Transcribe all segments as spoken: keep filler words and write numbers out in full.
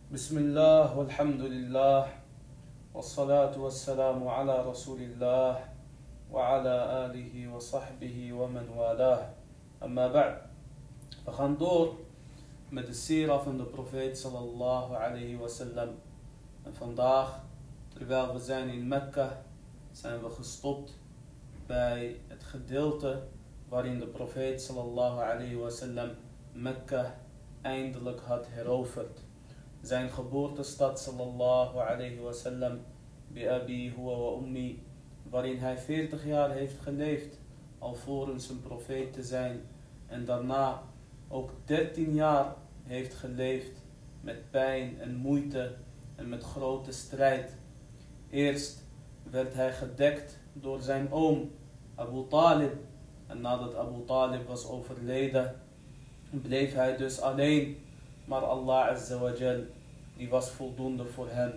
Bismillah, walhamdulillah, wassalatu wassalamu ala rasulillah, wa ala alihi wa sahbihi wa man walah. Amma ba'd. We gaan door met de sira van de profeet sallallahu alayhi wa sallam. En vandaag, terwijl we zijn in Mekka, zijn we gestopt bij het gedeelte waarin de profeet sallallahu alayhi wa sallam Mekka eindelijk had heroverd. Zijn geboortestad sallallahu alayhi wa sallam, bi abi huwa wa ummi, waarin hij veertig jaar heeft geleefd, alvorens zijn profeet te zijn, en daarna ook dertien jaar heeft geleefd met pijn en moeite en met grote strijd. Eerst werd hij gedekt door zijn oom Abu Talib, en nadat Abu Talib was overleden, bleef hij dus alleen, maar Allah Azza wa Jal, die was voldoende voor hem.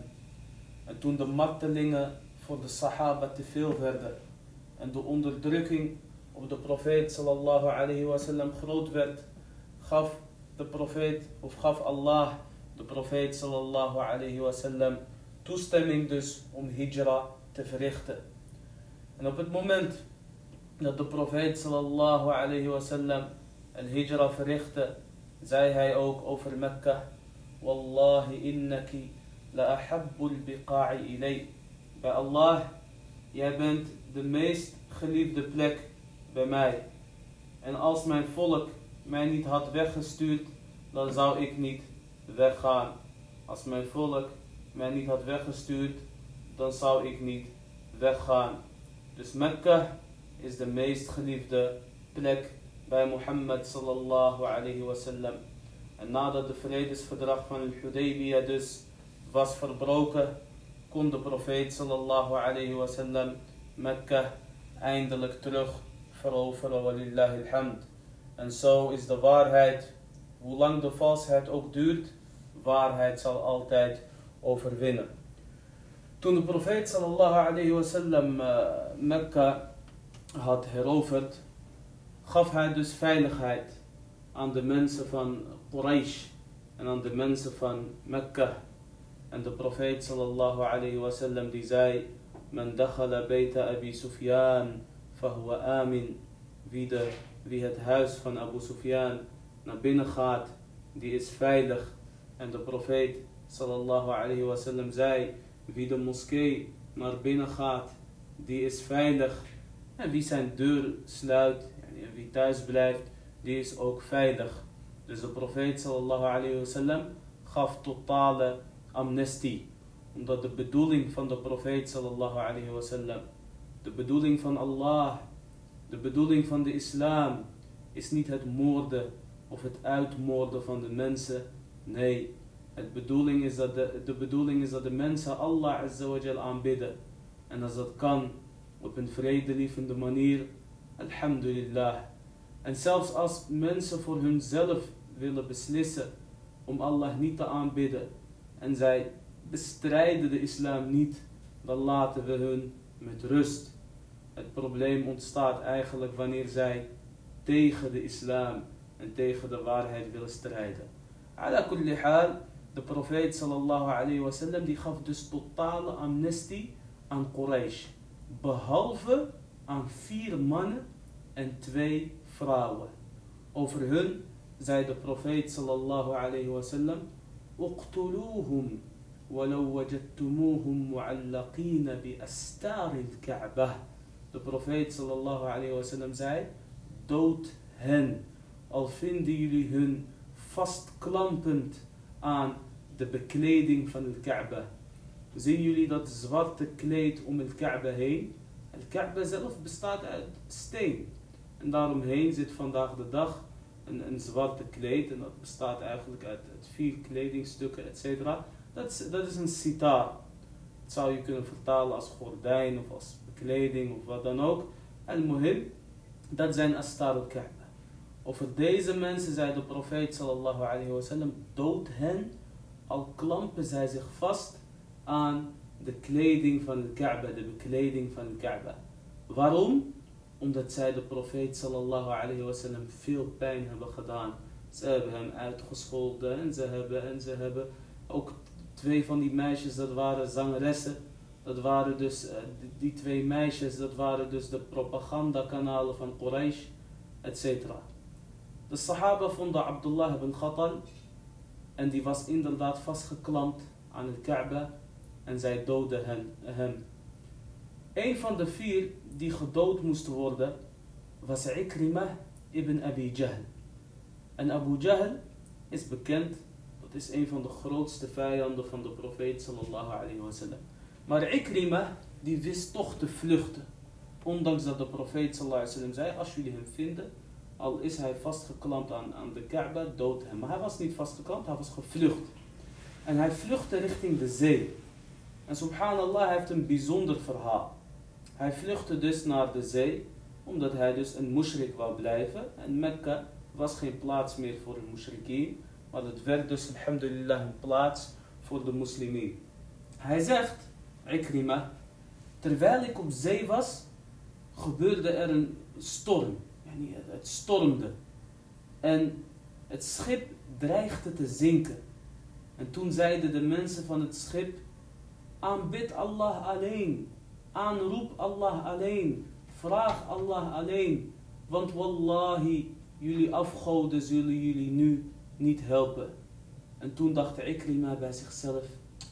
En toen de martelingen voor de Sahaba te veel werden en de onderdrukking op de profeet sallallahu alayhi wa sallam groot werd, gaf de profeet, of gaf Allah de profeet sallallahu alayhi wa sallam toestemming dus om hijra te verrichten. En op het moment dat de profeet sallallahu alayhi wa sallam al-hijra verrichtte, zei hij ook over Mekka: Wallahi innaki la ahabbul biqa'i ilay. Bij Allah, jij bent de meest geliefde plek bij mij. En als mijn volk mij niet had weggestuurd, dan zou ik niet weggaan. Als mijn volk mij niet had weggestuurd, dan zou ik niet weggaan. Dus Mekka is de meest geliefde plek bij Mohammed sallallahu alayhi wa sallam. En nadat de vredesverdrag van Al-Hudaybiyah dus was verbroken, kon de profeet sallallahu alayhi wa sallam Mekka eindelijk terug veroveren, walillahi alhamd. En zo is de waarheid, hoe lang de valsheid ook duurt, waarheid zal altijd overwinnen. Toen de profeet sallallahu alayhi wa sallam uh, Mekka had heroverd, gaf hij dus veiligheid aan de mensen van Quraysh en aan de mensen van Mekka. En de profeet sallallahu alayhi wa sallam die zei: Man dakhala bayta Abi Sufyan fahuwa amin. Wie, de, wie het huis van Abu Sufyan naar binnen gaat, die is veilig. En de profeet sallallahu alayhi wa sallam zei: wie de moskee naar binnen gaat, die is veilig. En wie zijn deur sluit en wie thuis blijft, die is ook veilig. Dus de profeet sallallahu alayhi wa sallam gaf totale amnestie. Omdat de bedoeling van de profeet sallallahu alayhi wa sallam, de bedoeling van Allah, de bedoeling van de islam, is niet het moorden of het uitmoorden van de mensen. Nee, het bedoeling is dat de, de bedoeling is dat de mensen Allah Azza wa Jal aanbidden. En als dat kan op een vredelievende manier, alhamdulillah. En zelfs als mensen voor hunzelf willen beslissen om Allah niet te aanbidden en zij bestrijden de islam niet, dan laten we hun met rust. Het probleem ontstaat eigenlijk wanneer zij tegen de islam en tegen de waarheid willen strijden. Ala kulli hal, de profeet sallallahu alayhi wa sallam die gaf dus totale amnestie aan Quraysh, behalve aan vier mannen en twee vrouwen. Over hun zei de profeet sallallahu alayhi wa sallam: Uqtuluhum walau wajadtumuhum mu'allaqina bi astar al-Ka'bah. De profeet sallallahu alayhi wa sallam zei: dood hen, al vinden jullie hun vastklampend aan de bekleding van al-Ka'bah. Zien jullie dat zwarte kleed om al-Ka'bah heen? Al-Ka'bah zelf bestaat uit steen. En daaromheen zit vandaag de dag een, een zwarte kleed. En dat bestaat eigenlijk uit, uit vier kledingstukken, et cetera. Dat is, dat is een sitar. Dat zou je kunnen vertalen als gordijn of als bekleding of wat dan ook. Al-Muhim, dat zijn astar al-Ka'bah. Over deze mensen zei de profeet sallallahu alayhi wa sallam: dood hen, al klampen zij zich vast aan de kleding van al-Ka'bah, de bekleding van al-Ka'bah. Waarom? Omdat zij de profeet sallallahu alayhi wa sallam veel pijn hebben gedaan. Ze hebben hem uitgescholden en ze hebben en ze hebben. ook twee van die meisjes, dat waren zangeressen. Dat waren dus, uh, die, die twee meisjes, dat waren dus de propagandakanalen van Quraysh, et cetera. De Sahaba vonden Abdullah ibn Khattal en die was inderdaad vastgeklampt aan het Kaaba en zij doodden hen, hem. Een van de vier die gedood moest worden was Ikrimah ibn Abi Jahl. En Abu Jahl is bekend, dat is een van de grootste vijanden van de profeet sallallahu alayhi wa sallam. Maar Ikrimah die wist toch te vluchten. Ondanks dat de profeet sallallahu alayhi wa sallam zei, als jullie hem vinden, al is hij vastgeklampt aan, aan de Kaaba, dood hem. Maar hij was niet vastgeklampt, hij was gevlucht. En hij vluchtte richting de zee. En subhanallah, hij heeft een bijzonder verhaal. Hij vluchtte dus naar de zee, omdat hij dus een mushrik wou blijven. En Mekka was geen plaats meer voor de mushrikeen, maar het werd dus alhamdulillah een plaats voor de moslimien. Hij zegt, Ikrimah, terwijl ik op zee was, gebeurde er een storm. Yani het stormde. En het schip dreigde te zinken. En toen zeiden de mensen van het schip, aanbid Allah alleen. Aanroep Allah alleen. Vraag Allah alleen. Want wallahi, jullie afgoden zullen jullie nu niet helpen. En toen dacht Ikrimah bij zichzelf,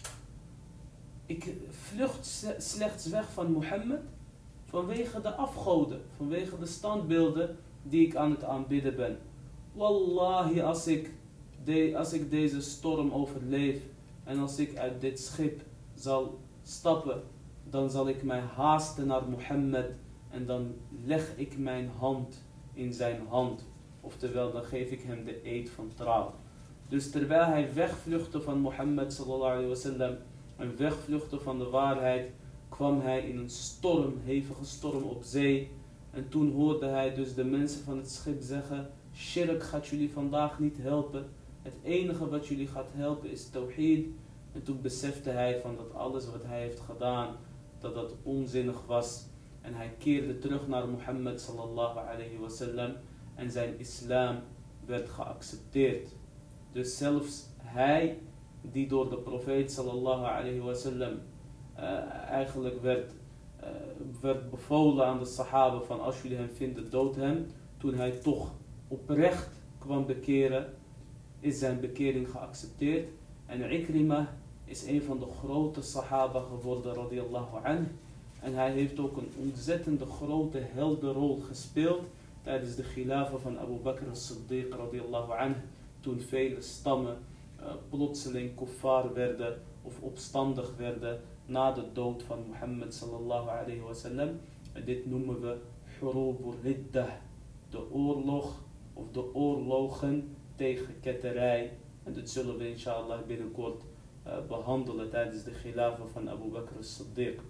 ik vlucht slechts weg van Mohammed vanwege de afgoden, vanwege de standbeelden die ik aan het aanbidden ben. Wallahi, als ik, de, als ik deze storm overleef en als ik uit dit schip zal stappen, dan zal ik mij haasten naar Mohammed en dan leg ik mijn hand in zijn hand. Oftewel, dan geef ik hem de eed van trouw. Dus terwijl hij wegvluchtte van Mohammed sallallahu alayhi wa sallam en wegvluchtte van de waarheid, kwam hij in een storm, hevige storm op zee. En toen hoorde hij dus de mensen van het schip zeggen, shirk gaat jullie vandaag niet helpen. Het enige wat jullie gaat helpen is tawhid. En toen besefte hij van dat alles wat hij heeft gedaan, dat dat onzinnig was. En hij keerde terug naar Mohammed sallallahu alayhi wa sallam en zijn islam werd geaccepteerd. Dus zelfs hij, die door de profeet sallallahu alayhi wa sallam uh, eigenlijk werd, uh, werd bevolen aan de sahaba van als jullie hem vinden, dood hem. Toen hij toch oprecht kwam bekeren, is zijn bekering geaccepteerd. En Ikrimah is een van de grote sahaba geworden radiyallahu anhu. En hij heeft ook een ontzettende grote heldenrol gespeeld tijdens de khilafa van Abu Bakr as-Siddiq radiyallahu anhu. Toen vele stammen uh, plotseling kuffar werden of opstandig werden na de dood van Mohammed sallallahu alayhi wa sallam. En dit noemen we Hurubur Riddah, de oorlog of de oorlogen tegen ketterij. En dat zullen we inshallah binnenkort uh, behandelen tijdens de khilafa van Abu Bakr as-Siddiq.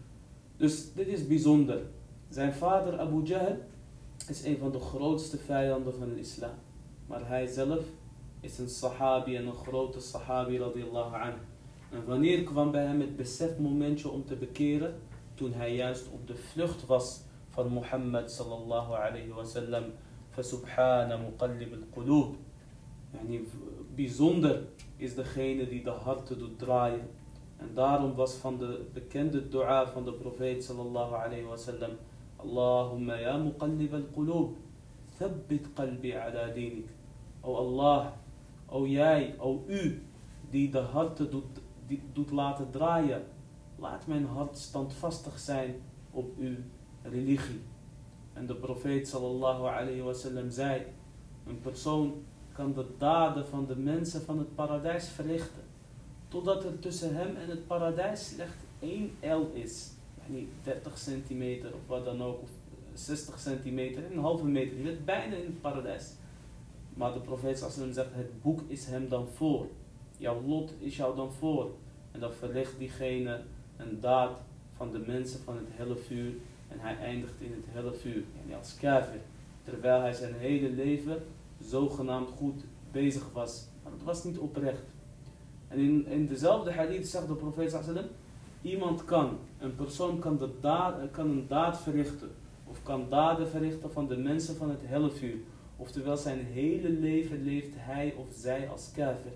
Dus dit is bijzonder. Zijn vader Abu Jahl is een van de grootste vijanden van de islam. Maar hij zelf is een sahabi en een grote sahabi radiyallahu anhu. En wanneer kwam bij hem het besefmomentje om te bekeren? Toen hij juist op de vlucht was van Mohammed sallallahu alayhi wa sallam. Fasubhana muqallib al-qulub. Yani, bijzonder is degene die de harten doet draaien. En daarom was van de bekende dua van de profeet sallallahu alayhi wa sallam, Allahumma ya muqallib al-qulub, thabbit qalbi ala dinik. O Allah, o jij, o u, die de harten doet, die, doet laten draaien, laat mijn hart standvastig zijn op uw religie. En de profeet sallallahu alayhi wa sallam zei, een persoon kan de daden van de mensen van het paradijs verrichten, totdat er tussen hem en het paradijs slechts één el is. Yani dertig centimeter of wat dan ook, of zestig centimeter, een halve meter. Je bent bijna in het paradijs. Maar de profeet sallallahu alayhi wa sallam zegt, het boek is hem dan voor. Jouw lot is jou dan voor. En dan verricht diegene een daad van de mensen van het helle vuur. En hij eindigt in het helle vuur. Yani als kafir. Terwijl hij zijn hele leven zogenaamd goed bezig was. Maar het was niet oprecht. En in, in dezelfde hadith zegt de profeet sallallahu alayhi wa sallam, iemand kan, een persoon kan, de daad, kan een daad verrichten. Of kan daden verrichten van de mensen van het helle vuur. Oftewel zijn hele leven leeft hij of zij als kafir.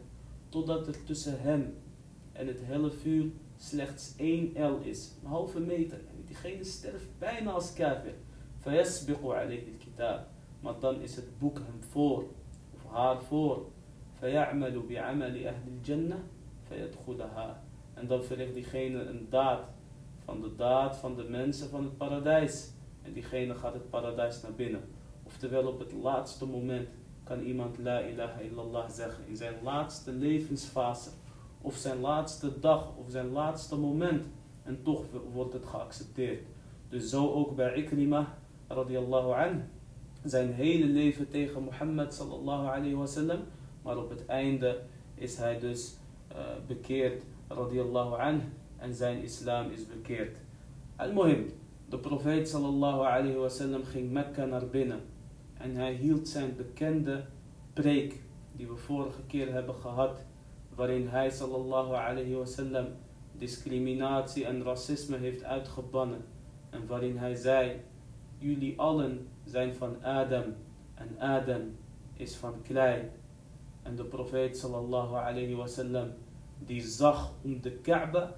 totdat er tussen hem en het helle vuur slechts één el is, een halve meter. En diegene sterft bijna als kafir. فَيَسْبِقُ عَلَيْهِ الْكِتَابِ. Maar dan is het boek hem voor, of haar voor. فَيَعْمَلُ بِعَمَلِ أَهْلِ الْجَنَّةِ فَيَدْخُلَهَا. En dan verricht diegene een daad van de daad van de mensen van het paradijs. En diegene gaat het paradijs naar binnen. Oftewel, op het laatste moment kan iemand la ilaha illallah zeggen. In zijn laatste levensfase. Of zijn laatste dag. Of zijn laatste moment. En toch wordt het geaccepteerd. Dus zo ook bij Ikrimah radiyallahu anhu. Zijn hele leven tegen Mohammed sallallahu alayhi wa sallam. Maar op het einde is hij dus uh, bekeerd radiyallahu anhu. En zijn islam is bekeerd. Al-Muhim. De profeet sallallahu alayhi wa sallam ging Mekka naar binnen. En hij hield zijn bekende preek. Die we vorige keer hebben gehad. Waarin hij sallallahu alayhi wa sallam discriminatie en racisme heeft uitgebannen. En waarin hij zei, jullie allen zijn van Adam en Adam is van klei. En de profeet sallallahu alayhi wa sallam die zag om de Kaaba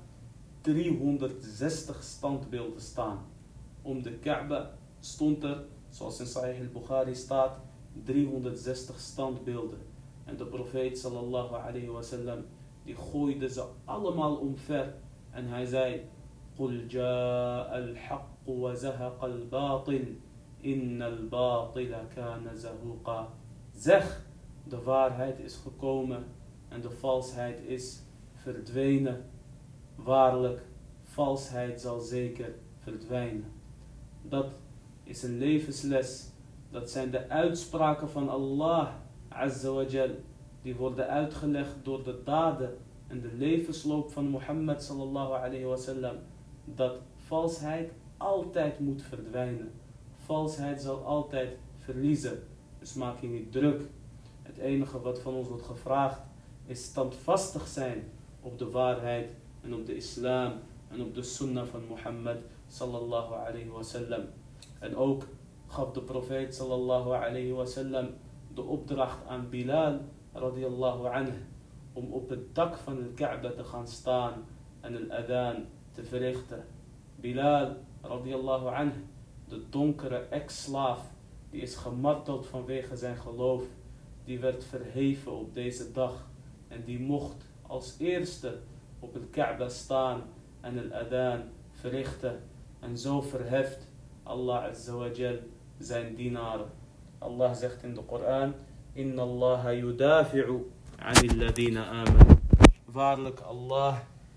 driehonderdzestig standbeelden staan. Om de Kaaba stond er, zoals in Sahih al-Bukhari staat, driehonderdzestig standbeelden. En de profeet sallallahu alayhi wa sallam die gooide ze allemaal omver. En hij zei, قُلْ جَاءَ الْحَقُّ وَزَهَقَ الْبَاطِلِ إِنَّ الْبَاطِلَ كَانَ زَهُوقًا. Zeg, de waarheid is gekomen en de valsheid is verdwenen. Waarlijk, valsheid zal zeker verdwijnen. Dat is een levensles. Dat zijn de uitspraken van Allah Azza wa Jal. Die worden uitgelegd door de daden en de levensloop van Mohammed sallallahu alayhi wa sallam. Dat valsheid altijd moet verdwijnen. Valsheid zal altijd verliezen. Dus maak je niet druk. Het enige wat van ons wordt gevraagd is standvastig zijn op de waarheid en op de islam en op de sunnah van Mohammed sallallahu alayhi wa sallam. En ook gaf de profeet sallallahu alayhi wa sallam de opdracht aan Bilal radiyallahu anhu om op het dak van de Kaaba te gaan staan en een adaan te verrichten. Bilal radiyallahu anhu, de donkere ex-slaaf, die is gemarteld vanwege zijn geloof, die werd verheven op deze dag en die mocht als eerste op het Kaaba staan en een adaan verrichten. En zo verheft Allah Azza wa Jal zijn dienaren. Allah zegt in de Koran, Inna Allah yudafi'u anil ladina amanu. Waarlijk, Allah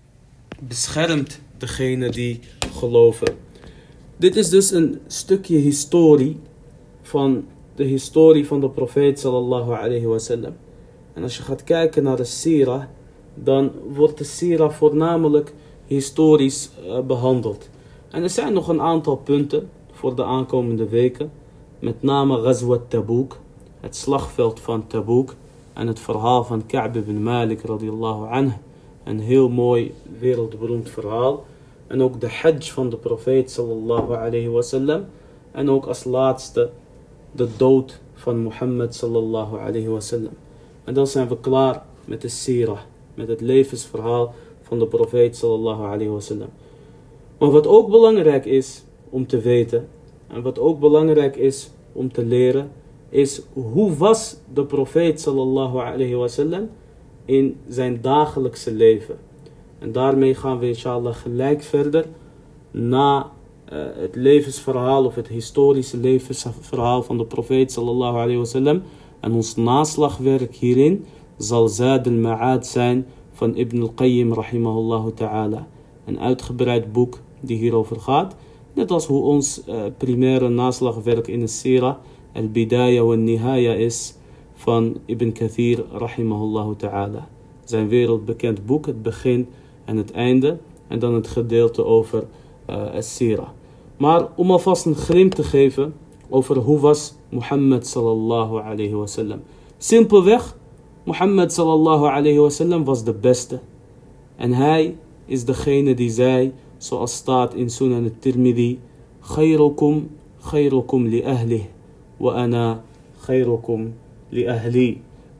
beschermt degene die geloven. Dit is dus een stukje historie van de historie van de profeet sallallahu alayhi wa sallam. En als je gaat kijken naar de sirah, dan wordt de sirah voornamelijk historisch uh, behandeld. En er zijn nog een aantal punten voor de aankomende weken. Met name Ghazwat Tabuk, het slagveld van Tabuk. En het verhaal van Ka'b ibn Malik radiyallahu anhu. Een heel mooi wereldberoemd verhaal. En ook de hajj van de profeet sallallahu alayhi wa sallam. En ook als laatste de dood van Mohammed sallallahu alayhi wa sallam. En dan zijn we klaar met de sirah. Met het levensverhaal van de profeet sallallahu alayhi wa sallam. Maar wat ook belangrijk is om te weten. En wat ook belangrijk is om te leren. Is hoe was de profeet sallallahu alayhi wa sallam in zijn dagelijkse leven. En daarmee gaan we inshallah gelijk verder na uh, het levensverhaal of het historische levensverhaal van de profeet sallallahu alayhi wa sallam. En ons naslagwerk hierin zal Zad al-Ma'ad zijn van Ibn al-Qayyim rahimahullah ta'ala. Een uitgebreid boek die hierover gaat. Net als hoe ons uh, primaire naslagwerk in de Sirah Al-Bidaya wa Nihaya is van Ibn Kathir rahimahullah ta'ala. Zijn wereldbekend boek, het begin en het einde. En dan het gedeelte over uh, As-Sirah. Maar om alvast een glimp te geven over hoe was Mohammed sallallahu alayhi wa sallam. Simpelweg, Mohammed sallallahu alayhi wa sallam was de beste. En hij is degene die zei, zoals staat in Sunan al-Tirmidhi, Khayrukum, khayrukum li ahlih, wa ana khayrukum li ahli.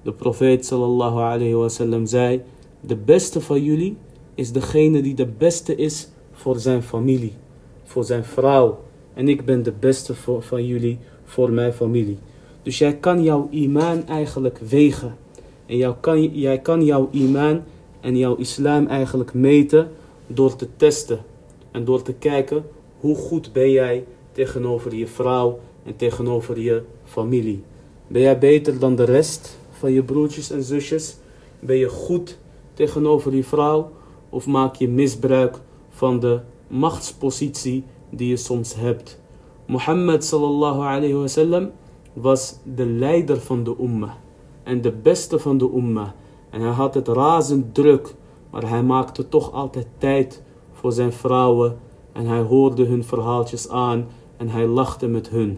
De profeet sallallahu alayhi wa sallam zei: de beste van jullie is degene die de beste is voor zijn familie, voor zijn vrouw. En ik ben de beste voor, van jullie voor mijn familie. Dus jij kan jouw imaan eigenlijk wegen. En jou kan, jij kan jouw imaan en jouw islam eigenlijk meten door te testen. En door te kijken hoe goed ben jij tegenover je vrouw en tegenover je familie. Ben jij beter dan de rest van je broertjes en zusjes? Ben je goed tegenover je vrouw? Of maak je misbruik van de machtspositie die je soms hebt? Mohammed sallallahu alayhi wa sallam was de leider van de ummah. En de beste van de ummah. En hij had het razend druk. Maar hij maakte toch altijd tijd voor zijn vrouwen. En hij hoorde hun verhaaltjes aan. En hij lachte met hun.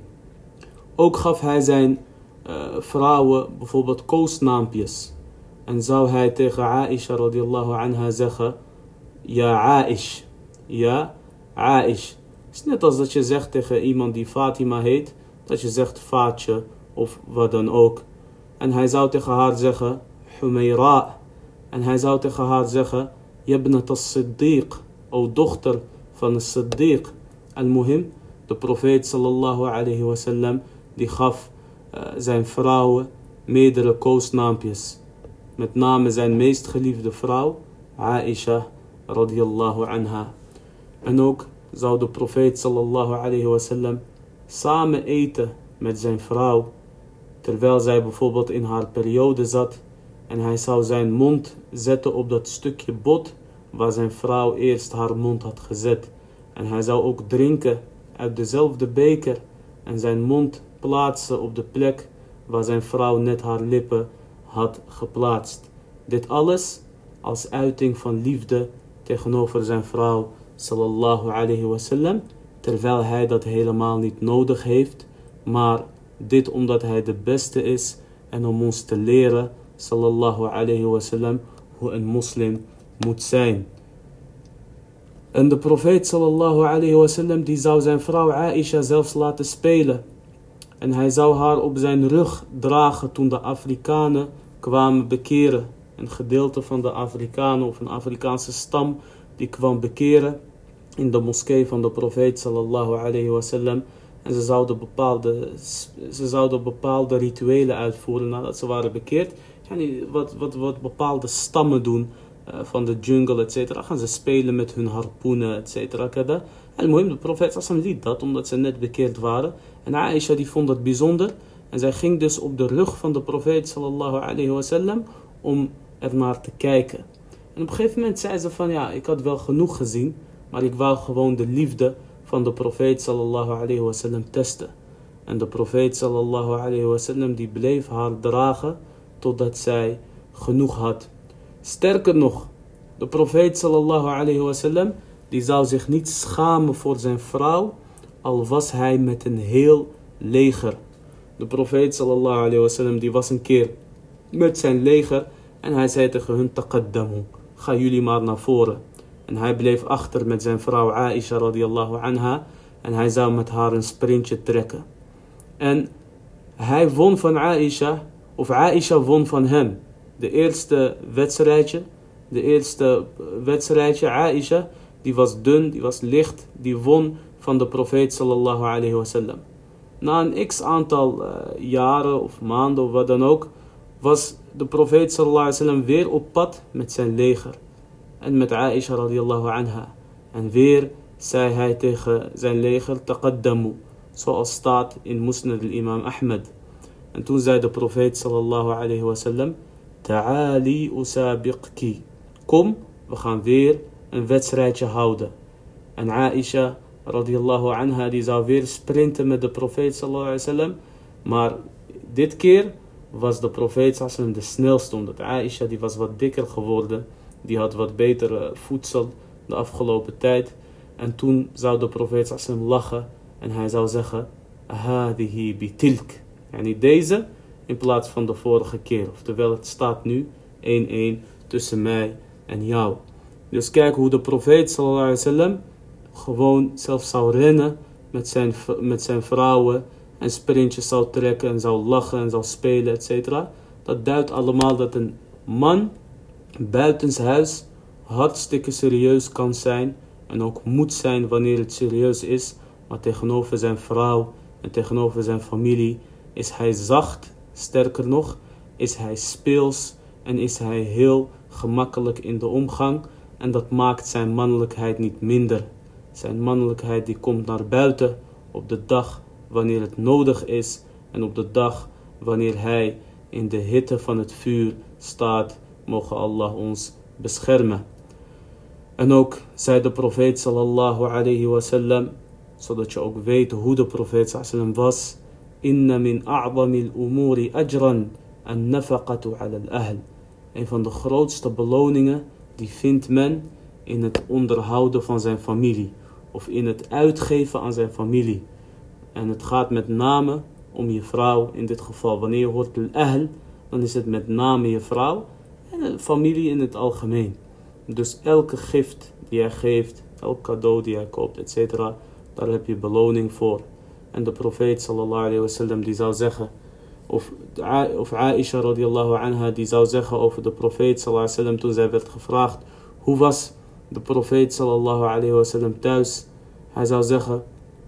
Ook gaf hij zijn uh, vrouwen bijvoorbeeld koosnaampjes. En zou hij tegen Aisha radiallahu anha zeggen: ja Aish. Ja Aish. Het is net als dat je zegt tegen iemand die Fatima heet. Dat je zegt Faatje of wat dan ook. En hij zou tegen haar zeggen Humayra. En hij zou tegen haar zeggen: Yabnat as-Siddiq. O dochter van de Siddiq. Al-Muhim, de profeet sallallahu alayhi wa sallam, die gaf uh, zijn vrouwen meerdere koosnaampjes. Met name zijn meest geliefde vrouw, Aisha radiyallahu anha. En ook zou de profeet sallallahu alayhi wa sallam samen eten met zijn vrouw, terwijl zij bijvoorbeeld in haar periode zat. En hij zou zijn mond zetten op dat stukje bot waar zijn vrouw eerst haar mond had gezet. En hij zou ook drinken uit dezelfde beker en zijn mond plaatsen op de plek waar zijn vrouw net haar lippen had geplaatst. Dit alles als uiting van liefde tegenover zijn vrouw sallallahu alayhi wa sallam, terwijl hij dat helemaal niet nodig heeft, maar dit omdat hij de beste is en om ons te leren sallallahu alayhi wa sallam hoe een moslim moet zijn. En de profeet sallallahu alayhi wa sallam die zou zijn vrouw Aisha zelfs laten spelen. En hij zou haar op zijn rug dragen toen de Afrikanen kwamen bekeren. Een gedeelte van de Afrikanen of een Afrikaanse stam die kwam bekeren in de moskee van de profeet sallallahu alayhi wa sallam. En ze zouden bepaalde, ze zouden bepaalde rituelen uitvoeren nadat ze waren bekeerd. Yani wat, wat, wat bepaalde stammen doen uh, van de jungle, et cetera. Gaan ze spelen met hun harpoenen, et cetera. En mooi, de profeet sallam liet dat omdat ze net bekeerd waren. En Aisha die vond dat bijzonder. En zij ging dus op de rug van de profeet sallallahu alayhi wa sallam om er naar te kijken. En op een gegeven moment zei ze van ja, ik had wel genoeg gezien, maar ik wou gewoon de liefde van de profeet sallallahu alayhi wa sallam testen. En de profeet sallallahu alayhi wa sallam die bleef haar dragen totdat zij genoeg had. Sterker nog, de profeet sallallahu alayhi wa sallam die zou zich niet schamen voor zijn vrouw, al was hij met een heel leger. De profeet sallallahu alayhi wa sallam die was een keer met zijn leger en hij zei tegen hun: taqaddamu, ga jullie maar naar voren. En hij bleef achter met zijn vrouw Aisha radiyallahu anha en hij zou met haar een sprintje trekken. En hij won van Aisha, of Aisha won van hem. De eerste wedstrijdje, de eerste wedstrijdje, Aisha, die was dun, die was licht, die won van de profeet sallallahu alayhi wa sallam. Na een x aantal uh, jaren of maanden of wat dan ook, was de profeet sallallahu alayhi wa sallam weer op pad met zijn leger. En met Aisha radiyallahu anha. En weer zei hij tegen zijn leger: taqaddamu. Zoals staat in Musnad al-Imam Ahmed. En toen zei de profeet sallallahu alayhi wa sallam: ta'ali usabiqki. Kom, we gaan weer een wedstrijdje houden. En Aisha radiyallahu anha die zou weer sprinten met de profeet sallallahu alayhi wa sallam. Maar dit keer was de profeet sallallahu alayhi wa sallam de snelste. Omdat Aisha die was wat dikker geworden. Die had wat betere voedsel de afgelopen tijd. En toen zou de profeet sallallahu alayhi wa sallam lachen. En hij zou zeggen: hadihi bitilk. Yani deze in plaats van de vorige keer. Oftewel het staat nu één-één tussen mij en jou. Dus kijk hoe de profeet sallallahu alayhi wa sallam gewoon zelf zou rennen met zijn, met zijn vrouwen. En sprintjes zou trekken en zou lachen en zou spelen, et cetera. dat duidt allemaal dat een man buitenshuis hartstikke serieus kan zijn en ook moet zijn wanneer het serieus is, maar tegenover zijn vrouw en tegenover zijn familie is hij zacht, sterker nog, is hij speels en is hij heel gemakkelijk in de omgang en dat maakt zijn mannelijkheid niet minder. Zijn mannelijkheid die komt naar buiten op de dag wanneer het nodig is en op de dag wanneer hij in de hitte van het vuur staat, mogen Allah ons beschermen. En ook zei de profeet sallallahu alayhi wa sallam, zodat je ook weet hoe de profeet sallallahu alayhi wa sallam was, inna min a'zamil umuri ajran an nafaqatu ala al-ahl. Een van de grootste beloningen die vindt men in het onderhouden van zijn familie of in het uitgeven aan zijn familie. En het gaat met name om je vrouw in dit geval. Wanneer je hoort al-ahl, dan is het met name je vrouw en de familie in het algemeen. Dus elke gift die hij geeft, elk cadeau die hij koopt, et cetera, daar heb je beloning voor. En de profeet sallallahu alayhi wa sallam die zou zeggen, of, of Aisha radiallahu anha die zou zeggen over de profeet sallallahu alayhi wa sallam toen zij werd gevraagd, hoe was de profeet sallallahu alayhi wa sallam thuis? Hij zou zeggen,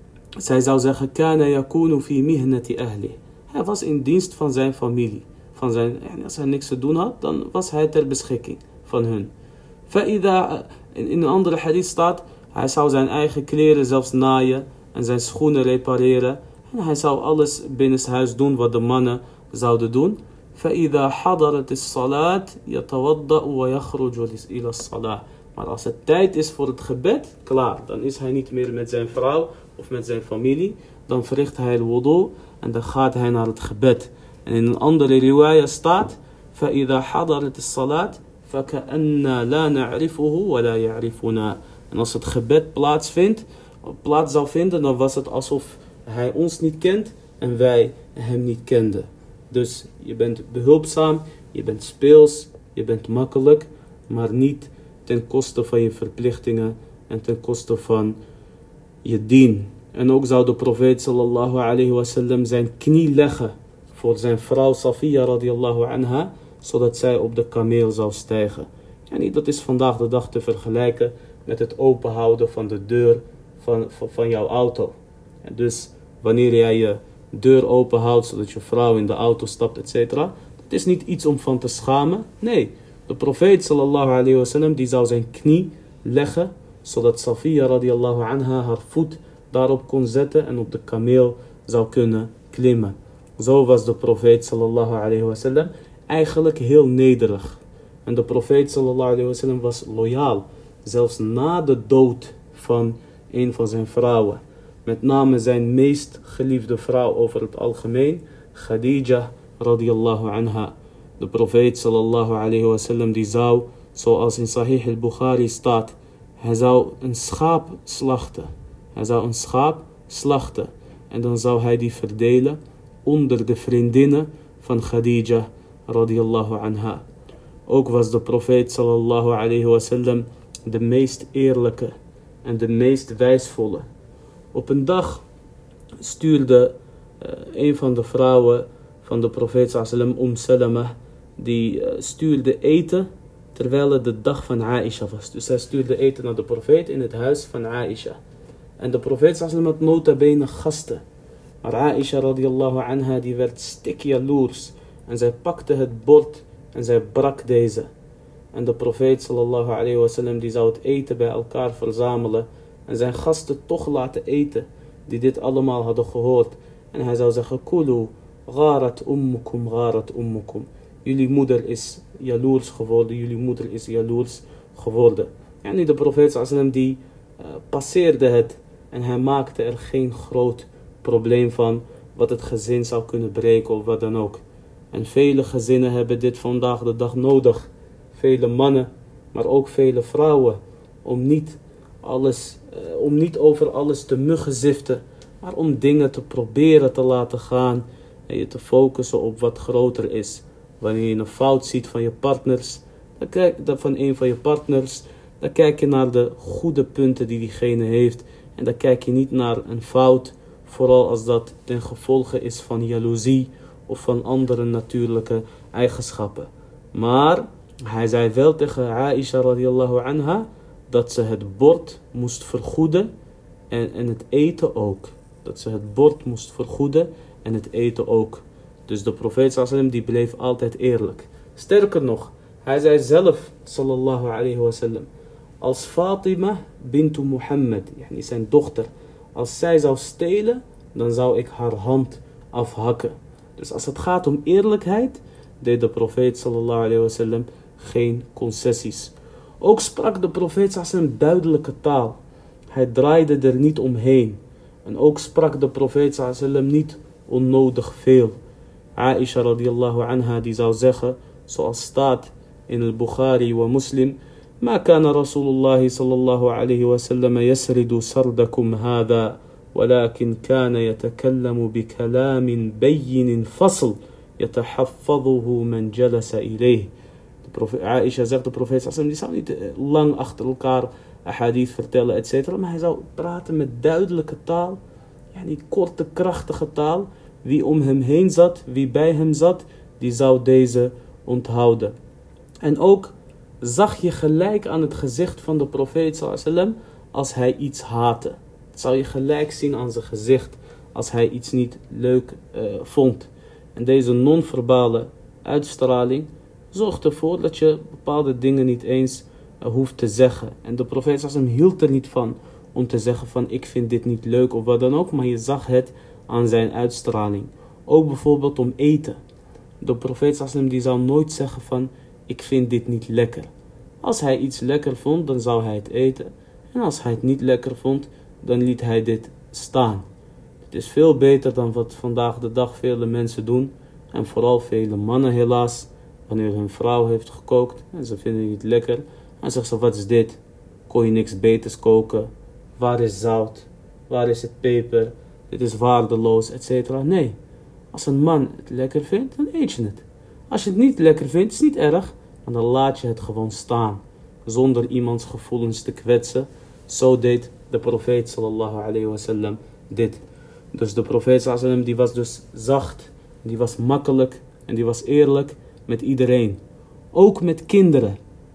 zij zou zeggen, kana yakunu fi mihnati ahli. Hij was in dienst van zijn familie. Van zijn, en als hij niks te doen had, dan was hij ter beschikking van hun. Fa'ida, in een andere hadith staat, hij zou zijn eigen kleren zelfs naaien en zijn schoenen repareren. En hij zou alles binnenshuis doen wat de mannen zouden doen. فَإِذَا حَضَرَتِ الصَّلَاةِ يَتَوَضَّأُ وَيَخْرُجُ إِلَى الصَّلَاةِ. Maar als het tijd is voor het gebed, klaar. Dan is hij niet meer met zijn vrouw of met zijn familie. Dan verricht hij het wudu en dan gaat hij naar het gebed. En in een andere riwaya staat, فَإِذَا حَضَرَتِ الصَّلَاةِ فَكَأَنَّا لَا نَعْرِفُهُ وَلَا يَعْرِفُنَا. En als het gebed plaatsvindt, plaats zou vinden, dan was het alsof hij ons niet kent en wij hem niet kenden. Dus je bent behulpzaam, je bent speels, je bent makkelijk, maar niet ten koste van je verplichtingen en ten koste van je dien. En ook zou de profeet sallallahu alayhi wa sallam zijn knie leggen voor zijn vrouw Safiya radiallahu anha, zodat zij op de kameel zou stijgen. En dat is vandaag de dag te vergelijken met het openhouden van de deur van, van, van jouw auto. En dus wanneer jij je deur open houdt zodat je vrouw in de auto stapt, et cetera. Het is niet iets om van te schamen. Nee, de profeet sallallahu alayhi wa sallam die zou zijn knie leggen zodat Safiya radiallahu anha haar voet daarop kon zetten en op de kameel zou kunnen klimmen. Zo was de profeet sallallahu alayhi wa sallam eigenlijk heel nederig. En de profeet sallallahu alayhi wa sallam was loyaal, zelfs na de dood van een van zijn vrouwen. Met name zijn meest geliefde vrouw over het algemeen, Khadija radiyallahu anha. De profeet sallallahu alayhi wa sallam die zou, zoals in Sahih al-Bukhari staat, hij zou een schaap slachten. Hij zou een schaap slachten. En dan zou hij die verdelen onder de vriendinnen van Khadija radiyallahu anha. Ook was de profeet sallallahu alayhi wa sallam de meest eerlijke en de meest wijsvolle. Op een dag stuurde uh, een van de vrouwen van de profeet sallallahu alayhi wa sallam, Umm Salama, die uh, stuurde eten terwijl het de dag van Aisha was. Dus zij stuurde eten naar de profeet in het huis van Aisha. En de profeet sallallahu alayhi wa sallam had nota bene gasten. Maar Aisha radiyallahu anha die werd stik jaloers. En zij pakte het bord en zij brak deze. En de profeet sallallahu alayhi wa sallam die zou het eten bij elkaar verzamelen. En zijn gasten toch laten eten. Die dit allemaal hadden gehoord. En hij zou zeggen, Kulu, gharat ummukum, gharat ummukum. Jullie moeder is jaloers geworden. Jullie moeder is jaloers geworden. En de profeet sallallahu alayhi wa sallam die uh, passeerde het. En hij maakte er geen groot probleem van. Wat het gezin zou kunnen breken of wat dan ook. En vele gezinnen hebben dit vandaag de dag nodig. Vele mannen, maar ook vele vrouwen. Om niet, alles, uh, om niet over alles te muggenziften. Maar om dingen te proberen te laten gaan. En je te focussen op wat groter is. Wanneer je een fout ziet van je partners. Dan kijk, van een van je partners. Dan kijk je naar de goede punten die diegene heeft. En dan kijk je niet naar een fout. Vooral als dat ten gevolge is van jaloezie. of van andere natuurlijke eigenschappen. Maar hij zei wel tegen Aisha radiyallahu anha dat ze het bord moest vergoeden en, en het eten ook. Dat ze het bord moest vergoeden en het eten ook. Dus de profeet sallallahu alaihi wasallam die bleef altijd eerlijk. Sterker nog, hij zei zelf sallallahu alayhi wasallam, als Fatima bintu Muhammad, yani zijn dochter, als zij zou stelen, dan zou ik haar hand afhakken. Dus als het gaat om eerlijkheid, deed de profeet sallallahu alayhi wasallam geen concessies. Ook sprak de profeet sallallahu alayhi wasallam duidelijke taal. Hij draaide er niet omheen. En ook sprak de profeet sallallahu alayhi wasallam niet onnodig veel. Aisha radiyallahu anha die zou zeggen, zoals staat in al-Bukhari wa Muslim, ما كان رسول الله صلى الله عليه وسلم يسرد سردكم هذا ولكن كان يتكلم بكلام بين فصل يتحفظه من جلس إليه. Aisha zegt, de profeet sallallahu alaihi wasallam die zou niet lang achter elkaar hadith vertellen, et cetera. Maar hij zou praten met duidelijke taal, yani korte, krachtige taal. Wie om hem heen zat, wie bij hem zat, die zou deze onthouden. En ook zag je gelijk aan het gezicht van de profeet sallallahu alaihi wasallam als hij iets haatte. Dat zou je gelijk zien aan zijn gezicht als hij iets niet leuk uh, vond. En deze non-verbale uitstraling zorgt ervoor dat je bepaalde dingen niet eens uh, hoeft te zeggen. En de profeet sallallahu alaihi wasallam hield er niet van om te zeggen van ik vind dit niet leuk of wat dan ook. Maar je zag het aan zijn uitstraling. Ook bijvoorbeeld om eten. De profeet sallallahu alaihi wasallam die zou nooit zeggen van ik vind dit niet lekker. Als hij iets lekker vond, dan zou hij het eten. En als hij het niet lekker vond, dan liet hij dit staan. Het is veel beter dan wat vandaag de dag vele mensen doen. En vooral vele mannen helaas. Wanneer hun vrouw heeft gekookt en ze vinden het niet lekker. En zegt ze, wat is dit? Kon je niks beters koken? Waar is zout? Waar is het peper? Dit is waardeloos, et cetera. Nee, als een man het lekker vindt, dan eet je het. Als je het niet lekker vindt, is het niet erg. Maar dan laat je het gewoon staan. Zonder iemands gevoelens te kwetsen. Zo deed de profeet sallallahu alayhi wasallam dit. Dus de profeet sallallahu alayhi wasallam die was dus zacht. Die was makkelijk. En die was eerlijk met iedereen. Ook met kinderen.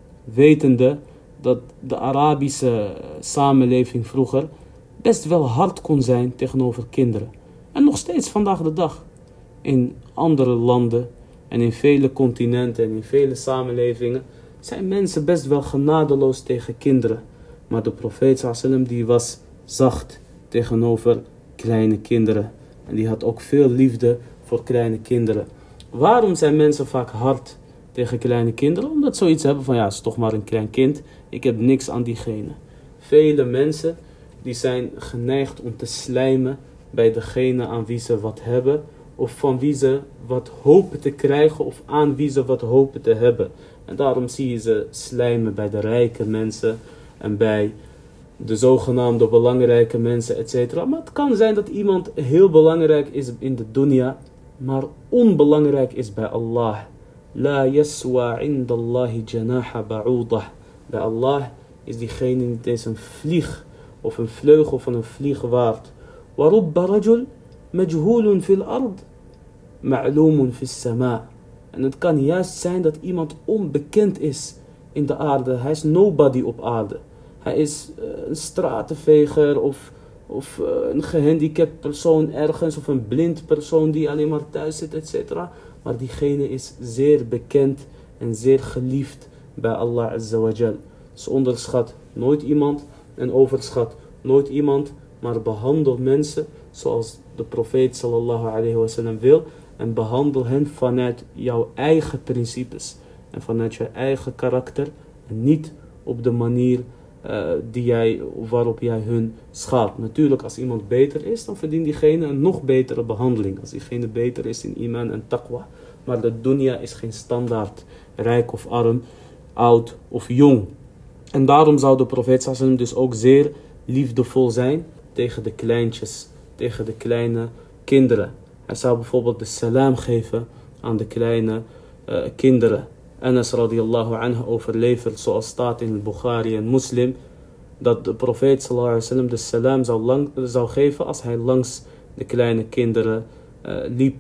Wetende dat de Arabische samenleving vroeger best wel hard kon zijn tegenover kinderen. En nog steeds vandaag de dag. In andere landen en in vele continenten en in vele samenlevingen zijn mensen best wel genadeloos tegen kinderen. Maar de profeet sallallahu alaihi wasallam die was zacht tegenover kleine kinderen. En die had ook veel liefde voor kleine kinderen. Waarom zijn mensen vaak hard tegen kleine kinderen? Omdat ze zoiets hebben van ja, het is toch maar een klein kind. Ik heb niks aan diegene. Vele mensen die zijn geneigd om te slijmen bij degene aan wie ze wat hebben. Of van wie ze wat hopen te krijgen of aan wie ze wat hopen te hebben. En daarom zie je ze slijmen bij de rijke mensen en bij de zogenaamde belangrijke mensen, et cetera. Maar het kan zijn dat iemand heel belangrijk is in de dunya, maar onbelangrijk is bij Allah. La yaswa indallahi janaha ba'udah. Bij Allah is diegene niet eens een vlieg of een vleugel van een vlieg waard. Warubba rajul majhulun fil ard, ma'lumun fis sama. En het kan juist zijn dat iemand onbekend is in de aarde. Hij is nobody op aarde. Hij is uh, een stratenveger of, of uh, een gehandicapt persoon ergens. Of een blind persoon die alleen maar thuis zit, et cetera. Maar diegene is zeer bekend en zeer geliefd bij Allah Azza wa Jal. Dus onderschat nooit iemand en overschat nooit iemand. Maar behandel mensen zoals de profeet sallallahu alayhi wa sallam wil. En behandel hen vanuit jouw eigen principes. En vanuit je eigen karakter. En niet op de manier uh, die jij, waarop jij hun schaadt. Natuurlijk, als iemand beter is, dan verdient diegene een nog betere behandeling. Als diegene beter is in iman en taqwa. Maar de dunya is geen standaard. Rijk of arm, oud of jong. En daarom zou de profeet sallallahu alayhi wa sallam dus ook zeer liefdevol zijn tegen de kleintjes. Tegen de kleine kinderen. Hij zou bijvoorbeeld de salam geven aan de kleine uh, kinderen. Anas radiyallahu anhu overlevert, zoals staat in Bukhari en Muslim, dat de profeet sallallahu alaihi wasallam de salam zou, lang, zou geven als hij langs de kleine kinderen uh, liep.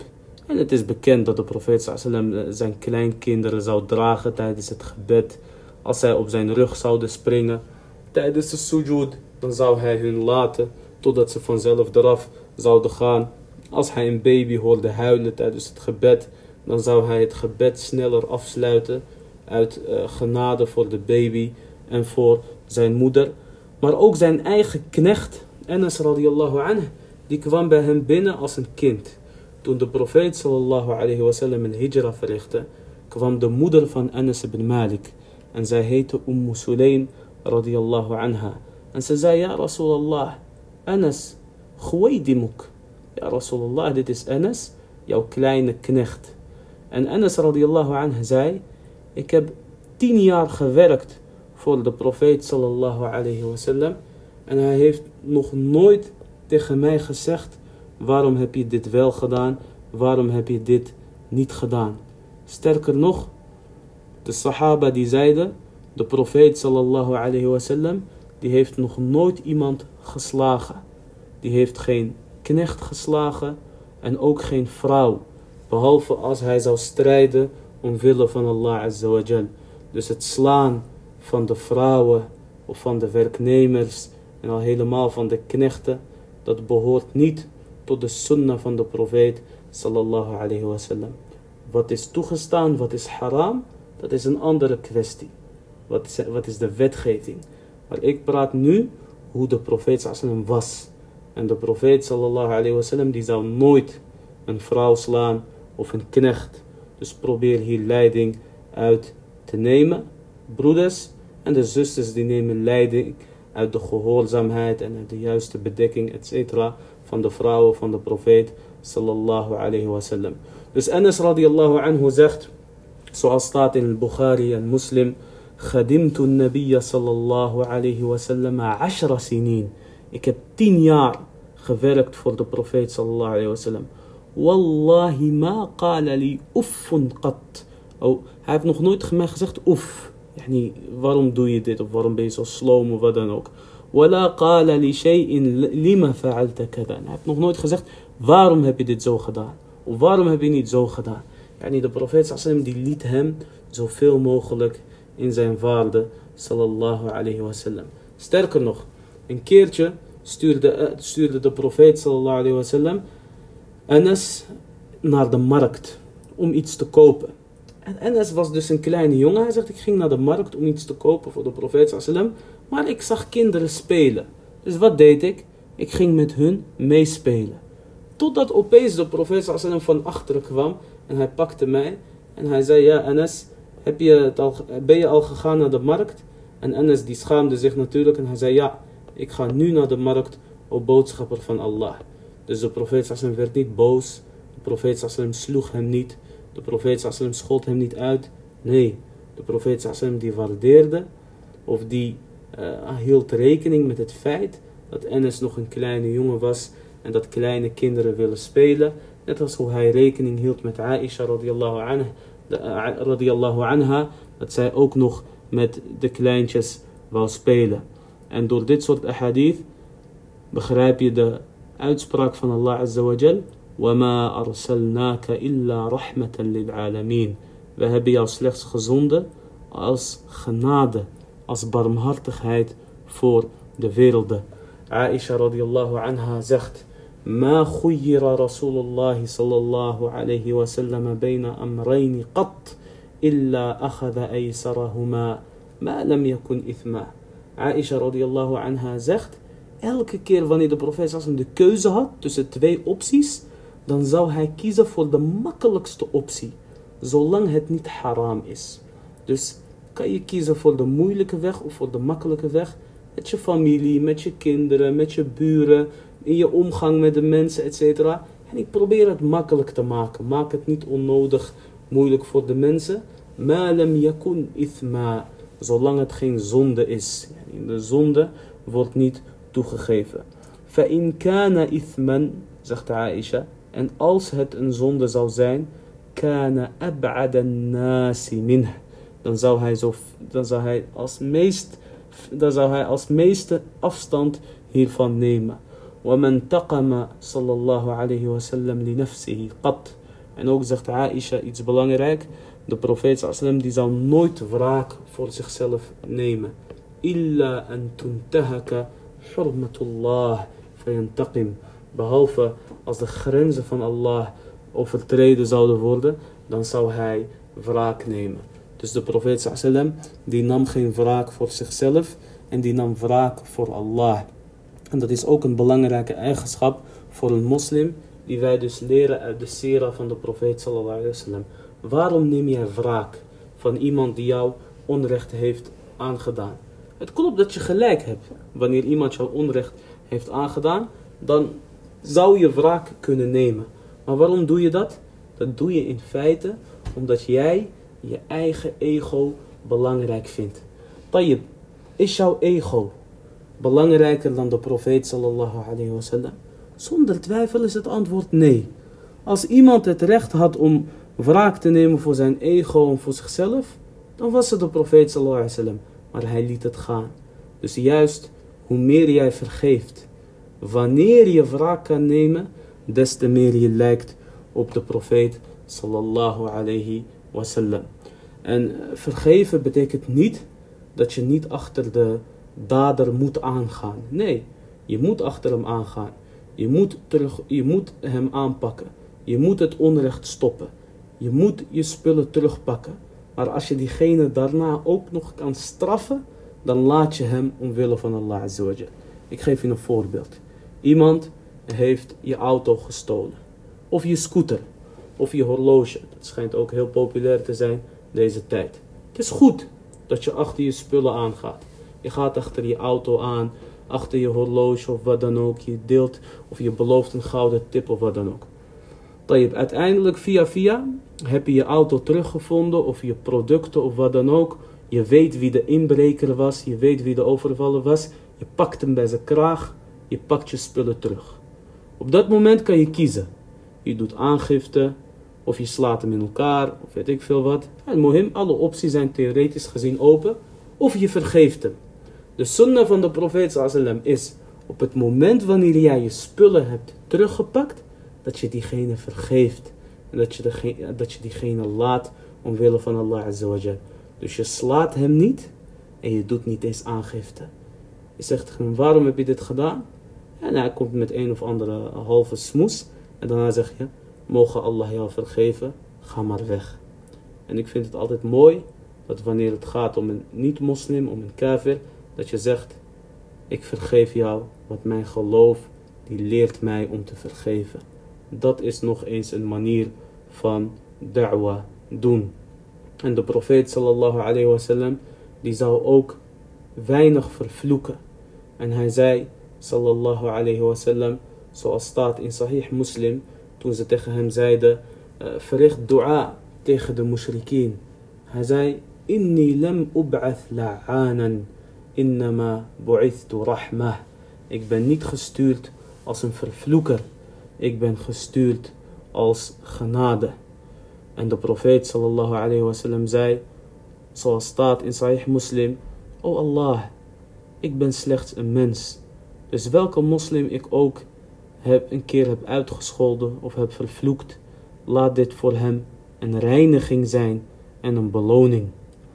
En het is bekend dat de profeet sallallahu alaihi wasallam zijn kleinkinderen zou dragen tijdens het gebed. Als zij op zijn rug zouden springen tijdens de sujud, dan zou hij hun laten totdat ze vanzelf eraf zouden gaan. Als hij een baby hoorde huilen tijdens het gebed, dan zou hij het gebed sneller afsluiten uit uh, genade voor de baby en voor zijn moeder. Maar ook zijn eigen knecht, Anas radiyallahu anhu, die kwam bij hem binnen als een kind. Toen de profeet sallallahu alayhi wasallam een hijra verrichtte, kwam de moeder van Anas ibn Malik. En zij heette Umm Sulaym radiyallahu anha. En ze zei, ja Rasulallah, Anas, Ghuwaydimuk. Ja Rasulallah, dit is Anas, jouw kleine knecht. En Anas radiyallahu anha zei, ik heb tien jaar gewerkt voor de profeet sallallahu alayhi wasallam. En hij heeft nog nooit tegen mij gezegd, waarom heb je dit wel gedaan, waarom heb je dit niet gedaan. Sterker nog, de sahaba die zeiden, de profeet sallallahu alayhi wasallam, die heeft nog nooit iemand geslagen. Die heeft geen knecht geslagen en ook geen vrouw. Behalve als hij zou strijden omwille van Allah azza wa jal. Dus het slaan van de vrouwen of van de werknemers en al helemaal van de knechten, dat behoort niet tot de sunnah van de profeet sallallahu alayhi wasallam. Wat is toegestaan, wat is haram, dat is een andere kwestie. Wat is, wat is de wetgeving? Maar ik praat nu hoe de profeet sallallahu alayhi wasallam was. En de profeet sallallahu alayhi wasallam die zou nooit een vrouw slaan of een knecht. Dus probeer hier leiding uit te nemen. Broeders en de zusters die nemen leiding uit de gehoorzaamheid en uit de juiste bedekking, et cetera, van de vrouwen van de profeet sallallahu alayhi wasallam. Dus Anas radiyallahu anhu zegt, zoals staat in Bukhari en Muslim, Khadimtu an-nabiyya sallallahu alayhi wasallam ashra sinin. Ik heb tien jaar gewerkt voor de profeet sallallahu alayhi wasallam. Wallahi ma qala li uffun qat. Oh, hij heeft nog nooit mij gezegd uff. Yani, waarom doe je dit of waarom ben je zo sloom of wat dan ook. Wala qala li shay'in lima fa'alta kada. Hij heeft nog nooit gezegd, waarom heb je dit zo gedaan? Of waarom heb je niet zo gedaan? Yani, de profeet sallallahu alayhi wasallam die liet hem zoveel mogelijk in zijn waarde sallallahu alayhi wasallam. Sterker nog, een keertje stuurde, stuurde de profeet sallallahu alayhi wasallam Anas naar de markt om iets te kopen. En Anas was dus een kleine jongen. Hij zegt, ik ging naar de markt om iets te kopen voor de profeet sallallahu alayhi wasallam, maar ik zag kinderen spelen. Dus wat deed ik? Ik ging met hun meespelen. Totdat opeens de profeet sallallahu alayhi wasallam van achteren kwam en hij pakte mij en hij zei, ja Anas, heb je het al, ben je al gegaan naar de markt? En Anas die schaamde zich natuurlijk en hij zei, ja, ik ga nu naar de markt, o boodschapper van Allah. Dus de profeet sallallahu alayhi wasallam werd niet boos. De profeet sallallahu alayhi wasallam sloeg hem niet. De profeet sallallahu alayhi wasallam schold hem niet uit. Nee, de profeet sallallahu alayhi wasallam die waardeerde of die uh, hield rekening met het feit dat Anas nog een kleine jongen was en dat kleine kinderen willen spelen. Net als hoe hij rekening hield met Aisha radiyallahu anha, de, uh, radiyallahu anha, dat zij ook nog met de kleintjes wou spelen. En door dit soort ahadith begrijp je de uitspraak van Allah azza wa jal, وَمَا أَرْسَلْنَاكَ إِلَّا رَحْمَةً لِلْعَالَمِينَ. We hebben jou slechts gezonden als genade, als barmhartigheid voor de werelden. Aisha radiyallahu anha zegt, ما خير رسول الله صلى الله عليه وسلم بين أمرين قط إلا أخذ أيسرهما ما لم يكن إثما. Aisha radiyallahu anha zegt, elke keer wanneer de profeet sallallahu alayhi wasallam de keuze had tussen twee opties, dan zou hij kiezen voor de makkelijkste optie, zolang het niet haram is. Dus kan je kiezen voor de moeilijke weg of voor de makkelijke weg, met je familie, met je kinderen, met je buren, in je omgang met de mensen, et cetera. En ik probeer het makkelijk te maken. Maak het niet onnodig moeilijk voor de mensen. Ma lam yakun ithma, zolang het geen zonde is. De zonde wordt niet toegegeven. Fa'in kana ithman, zegt Aisha, en als het een zonde zou zijn, kana ab'ada an-nasi minh, dan zou hij zo, dan zou hij als meest, dan zou hij als meeste afstand hiervan nemen. وَمَنْ تَقَمَ صلى الله عليه وسلم لنفسه قط. En ook zegt Aisha iets belangrijk. De profeet sallam die zou nooit wraak voor zichzelf nemen. Illa an tuntahaka hurmatullah fayantaqim. Behalve als de grenzen van Allah overtreden zouden worden, dan zou hij wraak nemen. Dus de profeet sallam die nam geen wraak voor zichzelf en die nam wraak voor Allah. En dat is ook een belangrijke eigenschap voor een moslim die wij dus leren uit de sira van de profeet sallallahu alaihi wasallam. Waarom neem jij wraak van iemand die jou onrecht heeft aangedaan? Het klopt dat je gelijk hebt. Wanneer iemand jou onrecht heeft aangedaan, dan zou je wraak kunnen nemen. Maar waarom doe je dat? Dat doe je in feite omdat jij je eigen ego belangrijk vindt. Tayyib, is jouw ego belangrijker dan de profeet sallallahu alayhi wa sallam? Zonder twijfel is het antwoord nee. Als iemand het recht had om wraak te nemen voor zijn ego en voor zichzelf, dan was het de profeet sallallahu alayhi wa sallam. Maar hij liet het gaan. Dus juist hoe meer jij vergeeft, wanneer je wraak kan nemen, des te meer je lijkt op de profeet sallallahu alayhi wa sallam. En vergeven betekent niet dat je niet achter de dader moet aangaan. Nee, je moet achter hem aangaan. Je moet, terug, je moet hem aanpakken. Je moet het onrecht stoppen. Je moet je spullen terugpakken. Maar als je diegene daarna ook nog kan straffen, dan laat je hem omwille van Allah azza wa jal. Ik geef je een voorbeeld. Iemand heeft je auto gestolen. Of je scooter. Of je horloge. Dat schijnt ook heel populair te zijn deze tijd. Het is goed dat je achter je spullen aangaat. Je gaat achter je auto aan, achter je horloge of wat dan ook. Je deelt of je belooft een gouden tip of wat dan ook. Tayyip, uiteindelijk via via heb je je auto teruggevonden of je producten of wat dan ook. Je weet wie de inbreker was, je weet wie de overvaller was. Je pakt hem bij zijn kraag, je pakt je spullen terug. Op dat moment kan je kiezen. Je doet aangifte, of je slaat hem in elkaar, of weet ik veel wat. En mohim, alle opties zijn theoretisch gezien open. Of je vergeeft hem. De sunnah van de profeet sallallahu alaihi wasallam is, op het moment wanneer jij je spullen hebt teruggepakt, dat je diegene vergeeft. En dat je, degene, dat je diegene laat omwille van Allah azza wa jal. Dus je slaat hem niet en je doet niet eens aangifte. Je zegt hem, waarom heb je dit gedaan? En hij komt met een of andere halve smoes. En daarna zeg je, mogen Allah jou vergeven, ga maar weg. En ik vind het altijd mooi dat wanneer het gaat om een niet-moslim, om een kafir, dat je zegt, ik vergeef jou, want mijn geloof die leert mij om te vergeven. Dat is nog eens een manier van da'wa doen. En de profeet sallallahu alayhi wa sallam, die zou ook weinig vervloeken. En hij zei sallallahu alayhi wa sallam, zoals staat in Sahih Muslim, toen ze tegen hem zeiden, uh, verricht dua tegen de mushrikeen. Hij zei, inni lam ub'ath la'anan, innama bu'ithtu rahmah. Ik ben niet gestuurd als een vervloeker. Ik ben gestuurd als genade. En de profeet sallallahu alayhi wa sallam zei, zoals staat in Sahih Muslim, O Allah, ik ben slechts een mens. Dus welke moslim ik ook heb, een keer heb uitgescholden of heb vervloekt, laat dit voor hem een reiniging zijn en een beloning.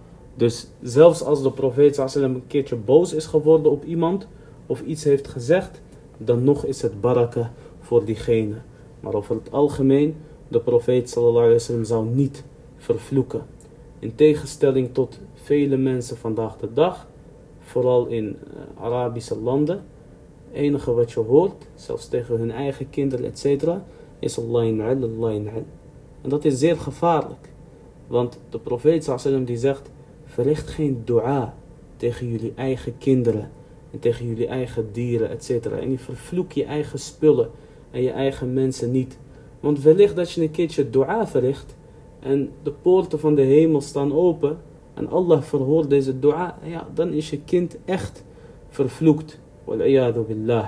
Dus zelfs als de profeet sallallahu alayhi wa sallam een keertje boos is geworden op iemand of iets heeft gezegd, dan nog is het baraka voor diegene. Maar over het algemeen, de profeet sallallahu alayhi wa sallam zou niet vervloeken. In tegenstelling tot vele mensen vandaag de dag, vooral in uh, Arabische landen, het enige wat je hoort, zelfs tegen hun eigen kinderen, et cetera, is Allah in'al, Allah in'al. En dat is zeer gevaarlijk. Want de profeet sallallahu alayhi wa sallam die zegt, verricht geen dua tegen jullie eigen kinderen en tegen jullie eigen dieren, et cetera. En je vervloekt je eigen spullen en je eigen mensen niet. Want wellicht dat je een keertje dua verricht en de poorten van de hemel staan open en Allah verhoort deze dua, ja, dan is je kind echt vervloekt. Wal'iyadu billah.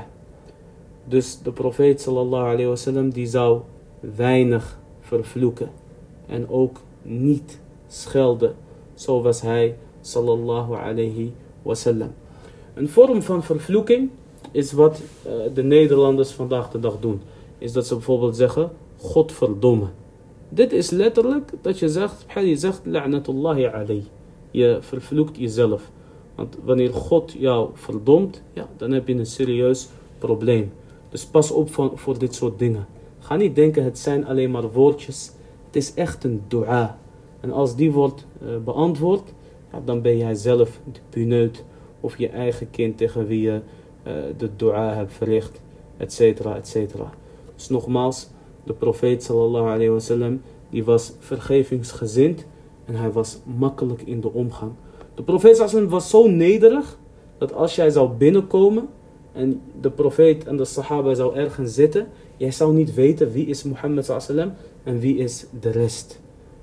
Dus de profeet sallallahu alayhi wa sallam die zou weinig vervloeken en ook niet schelden. Zo was hij sallallahu alayhi wa sallam. Een vorm van vervloeking is wat uh, de Nederlanders vandaag de dag doen. Is dat ze bijvoorbeeld zeggen, Godverdomme. Dit is letterlijk dat je zegt, je zegt, la'natullahi alayh. Je vervloekt jezelf. Want wanneer God jou verdomt, ja, dan heb je een serieus probleem. Dus pas op van, voor dit soort dingen. Ga niet denken, het zijn alleen maar woordjes. Het is echt een dua. En als die wordt uh, beantwoord, ja, dan ben jij zelf de puneut of je eigen kind tegen wie je uh, de dua hebt verricht, et cetera, et cetera. Dus nogmaals, de profeet sallallahu alayhi wa sallam, die was vergevingsgezind en hij was makkelijk in de omgang. De profeet sallallahu alayhi wa sallam was zo nederig dat als jij zou binnenkomen en de profeet en de sahaba zou ergens zitten, jij zou niet weten wie is Mohammed sallallahu alayhi wa sallam en wie is de rest.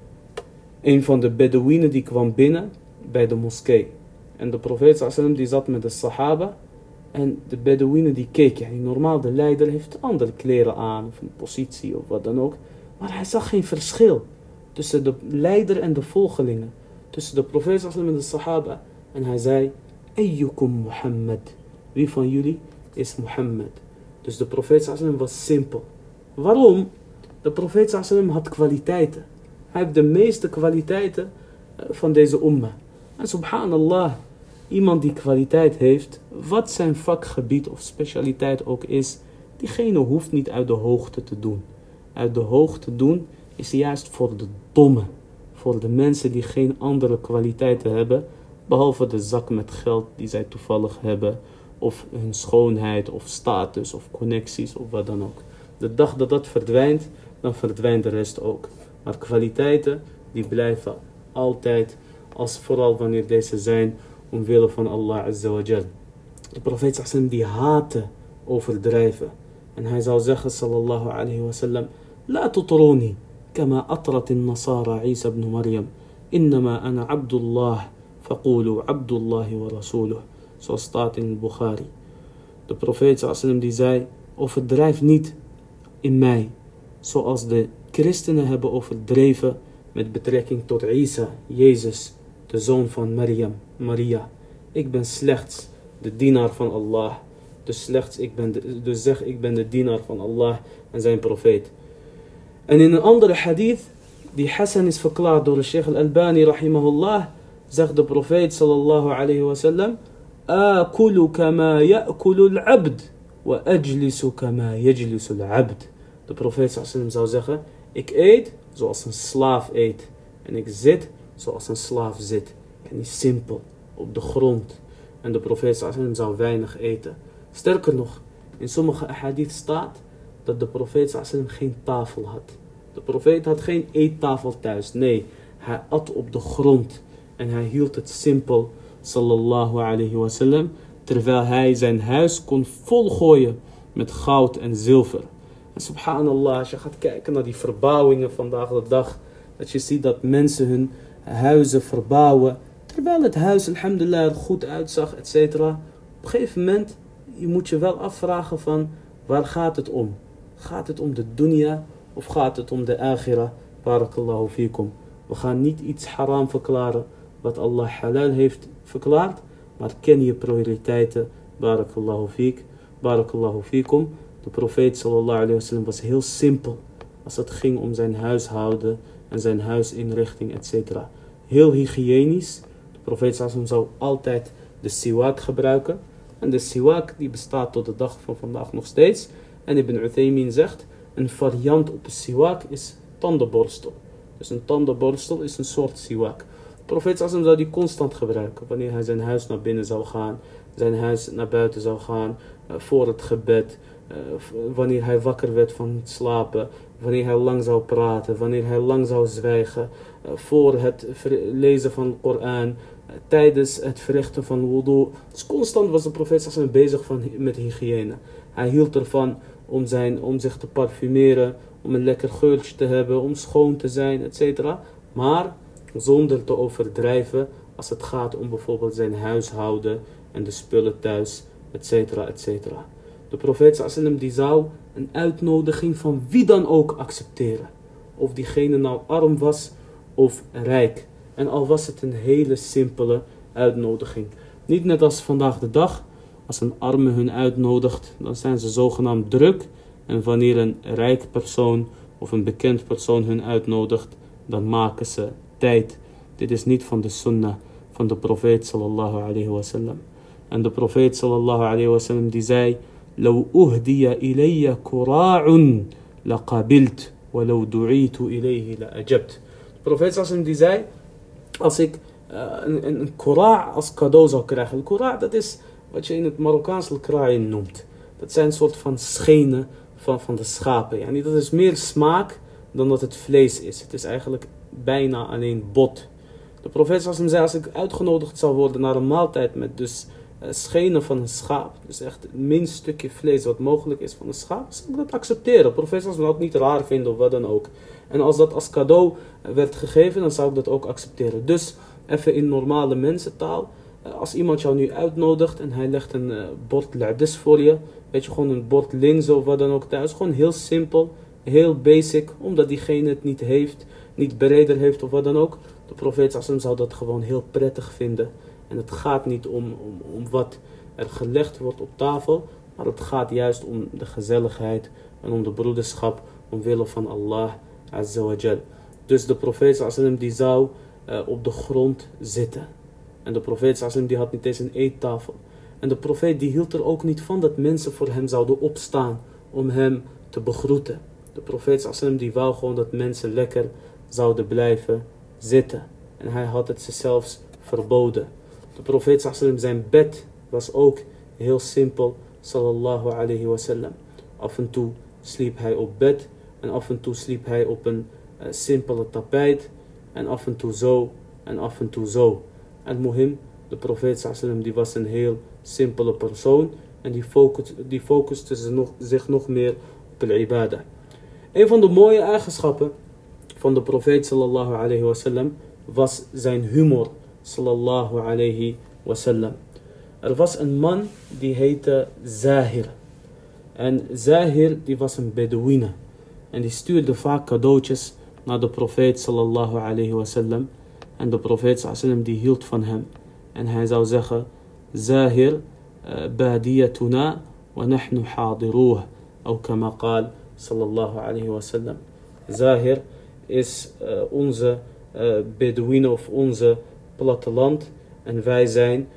Een van de Bedouinen die kwam binnen bij de moskee. En de profeet sallallahu alayhi wa sallam die zat met de sahaba. En de Bedouinen die keken. Ja, normaal de leider heeft andere kleren aan. Of een positie of wat dan ook. Maar hij zag geen verschil. Tussen de leider en de volgelingen. Tussen de profeet sallallahu alayhi wa sallam en de sahaba. En hij zei. Ayyukum Muhammad. Wie van jullie is Mohammed? Dus de profeet sallallahu alayhi wa sallam was simpel. Waarom? De profeet sallallahu alayhi wa sallam had kwaliteiten. Hij heeft de meeste kwaliteiten van deze umma. En subhanallah, iemand die kwaliteit heeft, wat zijn vakgebied of specialiteit ook is, diegene hoeft niet uit de hoogte te doen. Uit de hoogte doen is juist voor de domme. Voor de mensen die geen andere kwaliteiten hebben, behalve de zak met geld die zij toevallig hebben, of hun schoonheid, of status, of connecties, of wat dan ook. De dag dat dat verdwijnt, dan verdwijnt de rest ook. Maar kwaliteiten, die blijven altijd, als vooral wanneer deze zijn, omwille van Allah Azza wa Jal. De profeet sallam die haatte overdrijven. En hij zou zeggen, sallallahu alayhi wa sallam, La tutruni, kama atrat in nasara Isa ibn Maryam. Innama ana abdullah, faqulu abdullahi wa rasuluh. Zoals staat in Bukhari. De profeet sallam die zei, overdrijf niet in mij, zoals de christenen hebben overdreven met betrekking tot Isa, Jezus, de zoon van Maryam, Maria. Ik ben slechts de dienaar van Allah. Dus, slechts ik ben de, dus zeg, ik ben de dienaar van Allah en zijn profeet. En in een andere hadith, die Hassan is verklaard door de Sheikh al-Albani, rahimahullah, zegt de profeet, sallallahu alayhi wa sallam, Akulu kama ya'kulu al-abd, wa ajlisu kama yajlisu al-abd. De profeet sallallahu alayhi wa sallam zou zeggen, ik eet zoals een slaaf eet. En ik zit zoals een slaaf zit. En niet simpel, op de grond. En de profeet sallallahu alayhi wa sallam zou weinig eten. Sterker nog, in sommige hadith staat dat de profeet sallallahu alayhi wa sallam geen tafel had. De profeet had geen eettafel thuis. Nee, hij at op de grond. En hij hield het simpel, sallallahu alayhi wa sallam. Terwijl hij zijn huis kon volgooien met goud en zilver. En subhanallah, als je gaat kijken naar die verbouwingen vandaag de dag, dat je ziet dat mensen hun huizen verbouwen, terwijl het huis alhamdulillah er goed uitzag, et cetera. Op een gegeven moment, je moet je wel afvragen van, waar gaat het om? Gaat het om de dunya of gaat het om de akhirah? Barakallahu fikum. We gaan niet iets haram verklaren wat Allah halal heeft verklaard, maar ken je prioriteiten. Barakallahu fik. Barakallahu fikum. De profeet sallallahu alayhi wa sallam was heel simpel als het ging om zijn huishouden en zijn huisinrichting, et cetera. Heel hygiënisch. De profeet sallallahu alayhi wa sallam zou altijd de siwak gebruiken. En de siwak die bestaat tot de dag van vandaag nog steeds. En Ibn Uthaymin zegt, een variant op een siwak is tandenborstel. Dus een tandenborstel is een soort siwak. De profeet sallallahu alayhi wa sallam zou die constant gebruiken. Wanneer hij zijn huis naar binnen zou gaan, zijn huis naar buiten zou gaan, uh, voor het gebed. Uh, wanneer hij wakker werd van het slapen, wanneer hij lang zou praten, wanneer hij lang zou zwijgen, uh, voor het lezen van de Koran, uh, tijdens het verrichten van wudu. Dus constant was de profeet sallallahu alayhi wa sallam bezig van, met hygiëne. Hij hield ervan om, zijn, om zich te parfumeren, om een lekker geurtje te hebben, om schoon te zijn, et cetera. Maar zonder te overdrijven als het gaat om bijvoorbeeld zijn huishouden en de spullen thuis, et cetera, et cetera. De profeet sallallahu alayhi wa sallam die zou een uitnodiging van wie dan ook accepteren. Of diegene nou arm was of rijk. En al was het een hele simpele uitnodiging. Niet net als vandaag de dag. Als een arme hun uitnodigt, dan zijn ze zogenaamd druk. En wanneer een rijk persoon of een bekend persoon hun uitnodigt, dan maken ze tijd. Dit is niet van de sunnah van de profeet sallallahu alayhi wa sallam. En de profeet sallallahu alayhi wa sallam die zei: "Law uhdiya ilayya qura'un laqabilt wa law du'itu ilayhi la ajabt." De profeet sallallahu alayhi wa sallam die zei: als ik uh, een, een, een qura' als cadeau zou krijgen. Een qura' dat is wat je in het Marokkaans al-kra'in noemt. Dat zijn een soort van schenen van, van de schapen. Ja, dat is meer smaak dan dat het vlees is. Het is eigenlijk bijna alleen bot. De profeet sallallahu zei: als ik uitgenodigd zou worden naar een maaltijd met dus uh, schenen van een schaap, dus echt het minst stukje vlees wat mogelijk is van een schaap, zou ik dat accepteren. De profeet sallallahu zou het niet raar vinden of wat dan ook. En als dat als cadeau werd gegeven, dan zou ik dat ook accepteren. Dus even in normale mensentaal, als iemand jou nu uitnodigt en hij legt een uh, bord la'des voor je, weet je, gewoon een bord linzen of wat dan ook thuis, gewoon heel simpel, heel basic, omdat diegene het niet heeft, niet bereider heeft of wat dan ook. De profeet sallam zou dat gewoon heel prettig vinden. En het gaat niet om, om, om wat er gelegd wordt op tafel, maar het gaat juist om de gezelligheid en om de broederschap omwille van Allah Azza wa Jal. Dus de profeet sallam die zou uh, op de grond zitten. En de profeet sallam die had niet eens een eettafel. En de profeet die hield er ook niet van dat mensen voor hem zouden opstaan om hem te begroeten. De profeet sallam die wou gewoon dat mensen lekker zouden blijven zitten. En hij had het ze zelfs verboden. De profeet sallam zijn bed was ook heel simpel, sallallahu alayhi wa sallam. Af en toe sliep hij op bed en af en toe sliep hij op een uh, simpele tapijt en af en toe zo en af en toe zo. En muhim, de profeet sallam die was een heel simpele persoon en die, focus, die focuste zich nog, zich nog meer op al-ibadah. Een van de mooie eigenschappen van de profeet sallallahu alayhi wa sallam was zijn humor sallallahu alayhi wa sallam. Er was een man die heette Zahir. En Zahir die was een Bedouine. En die stuurde vaak cadeautjes naar de profeet sallallahu alayhi wa sallam. En de profeet sallallahu alayhi wa sallam die hield van hem. En hij zou zeggen: Zahir badiyatuna wa nahnu hadiruh. Of kama qaal sallallahu alayhi wa sallam. Zahir is uh, onze uh, Bedouine of onze platteland. En wij zijn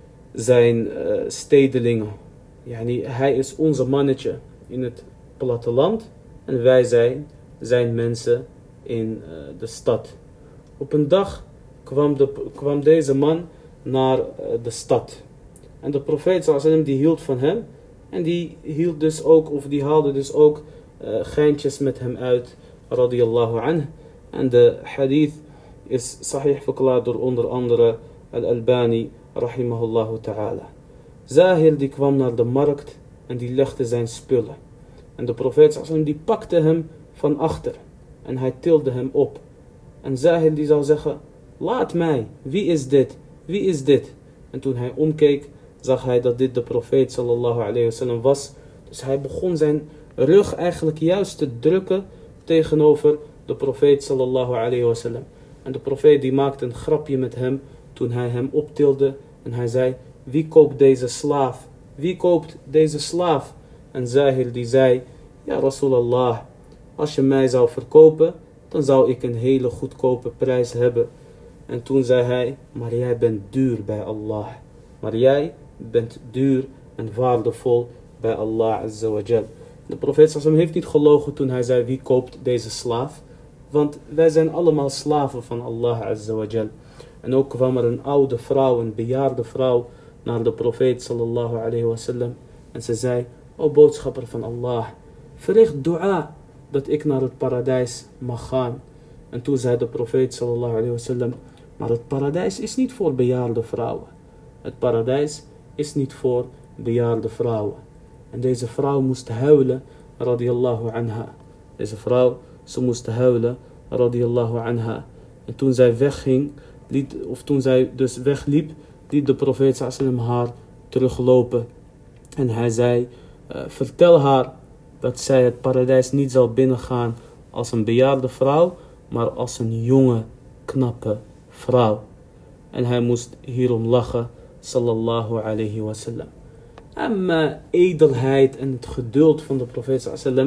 zijn uh, stedelingen. Yani, hij is onze mannetje in het platteland. En wij zijn zijn mensen in uh, de stad. Op een dag kwam, de, kwam deze man naar uh, de stad. En de profeet sallam die hield van hem. En die hield dus ook, of die haalde dus ook uh, geintjes met hem uit. Radiyallahu anh. En de hadith is sahih verklaard door onder andere Al-Albani rahimahullahu ta'ala. Zahir die kwam naar de markt en die legde zijn spullen. En de profeet sallam die pakte hem van achter. En hij tilde hem op. En Zahir die zou zeggen: laat mij, wie is dit? Wie is dit? En toen hij omkeek, zag hij dat dit de profeet sallallahu alayhi wa sallam was. Dus hij begon zijn rug eigenlijk juist te drukken tegenover de profeet sallallahu alayhi wa sallam. En de profeet die maakte een grapje met hem toen hij hem optilde. En hij zei: wie koopt deze slaaf? Wie koopt deze slaaf? En Zahir die zei: ja Rasulallah, als je mij zou verkopen, dan zou ik een hele goedkope prijs hebben. En toen zei hij: maar jij bent duur bij Allah. Maar jij bent duur en waardevol bij Allah Azza wa Jal. De profeet sallam heeft niet gelogen toen hij zei: wie koopt deze slaaf? Want wij zijn allemaal slaven van Allah Azza wa Jal. En ook kwam er een oude vrouw, een bejaarde vrouw, naar de profeet sallallahu alayhi wa sallam. En ze zei: o boodschapper van Allah, verricht dua dat ik naar het paradijs mag gaan. En toen zei de profeet sallallahu alayhi wa sallam: maar het paradijs is niet voor bejaarde vrouwen. Het paradijs is niet voor bejaarde vrouwen. En deze vrouw moest huilen, radiyallahu anha. Deze vrouw, ze moest huilen, radiyallahu anha. En toen zij wegging, liet, of toen zij dus wegliep, liet de profeet sallam haar teruglopen. En hij zei: uh, vertel haar dat zij het paradijs niet zal binnengaan als een bejaarde vrouw, maar als een jonge, knappe vrouw. En hij moest hierom lachen, sallallahu alayhi wa sallam. En uh, edelheid en het geduld van de profeet sallam,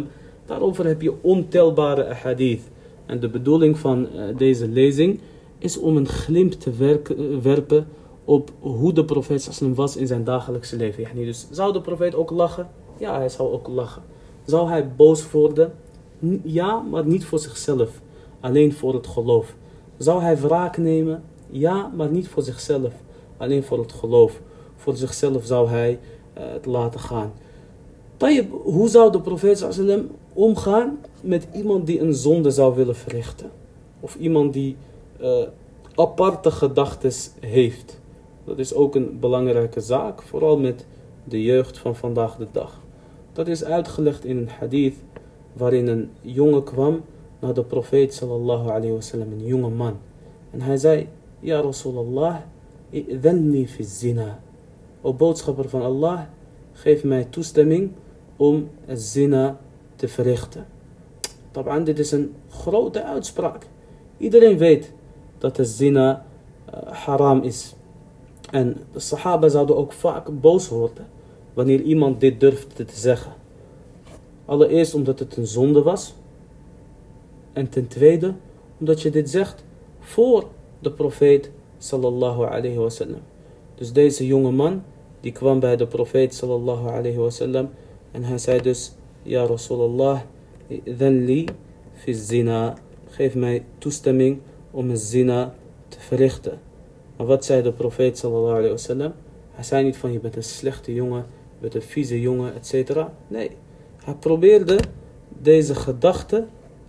Daarover heb je ontelbare ahadith. En de bedoeling van uh, deze lezing is om een glimp te werken, werpen op hoe de profeet sallam was in zijn dagelijkse leven. Yani dus zou de profeet ook lachen? Ja, hij zou ook lachen. Zou hij boos worden? Ja, maar niet voor zichzelf. Alleen voor het geloof. Zou hij wraak nemen? Ja, maar niet voor zichzelf. Alleen voor het geloof. Voor zichzelf zou hij uh, het laten gaan. Tayyip, hoe zou de profeet sallam omgaan met iemand die een zonde zou willen verrichten? Of iemand die uh, aparte gedachten heeft? Dat is ook een belangrijke zaak, vooral met de jeugd van vandaag de dag. Dat is uitgelegd in een hadith waarin een jongen kwam naar de profeet sallallahu alayhi wasallam, een jonge man. En hij zei, ja Rasulallah, i'dhanni fi zina. O boodschapper van Allah, geef mij toestemming om zina te verrichten. Tabaan, dit is een grote uitspraak. Iedereen weet dat de zina uh, haram is. En de sahaba zouden ook vaak boos worden wanneer iemand dit durfde te zeggen. Allereerst omdat het een zonde was. En ten tweede omdat je dit zegt voor de profeet sallallahu alayhi wasallam. Dus deze jonge man die kwam bij de profeet sallallahu alayhi wasallam en hij zei dus, ja Rasulallah, idhan li fi zina. Geef mij toestemming om een zina te verrichten. Maar wat zei de profeet sallallahu alayhi wasallam? Hij zei niet van je bent een slechte jongen, je bent een vieze jongen, et cetera. Nee, hij probeerde deze gedachte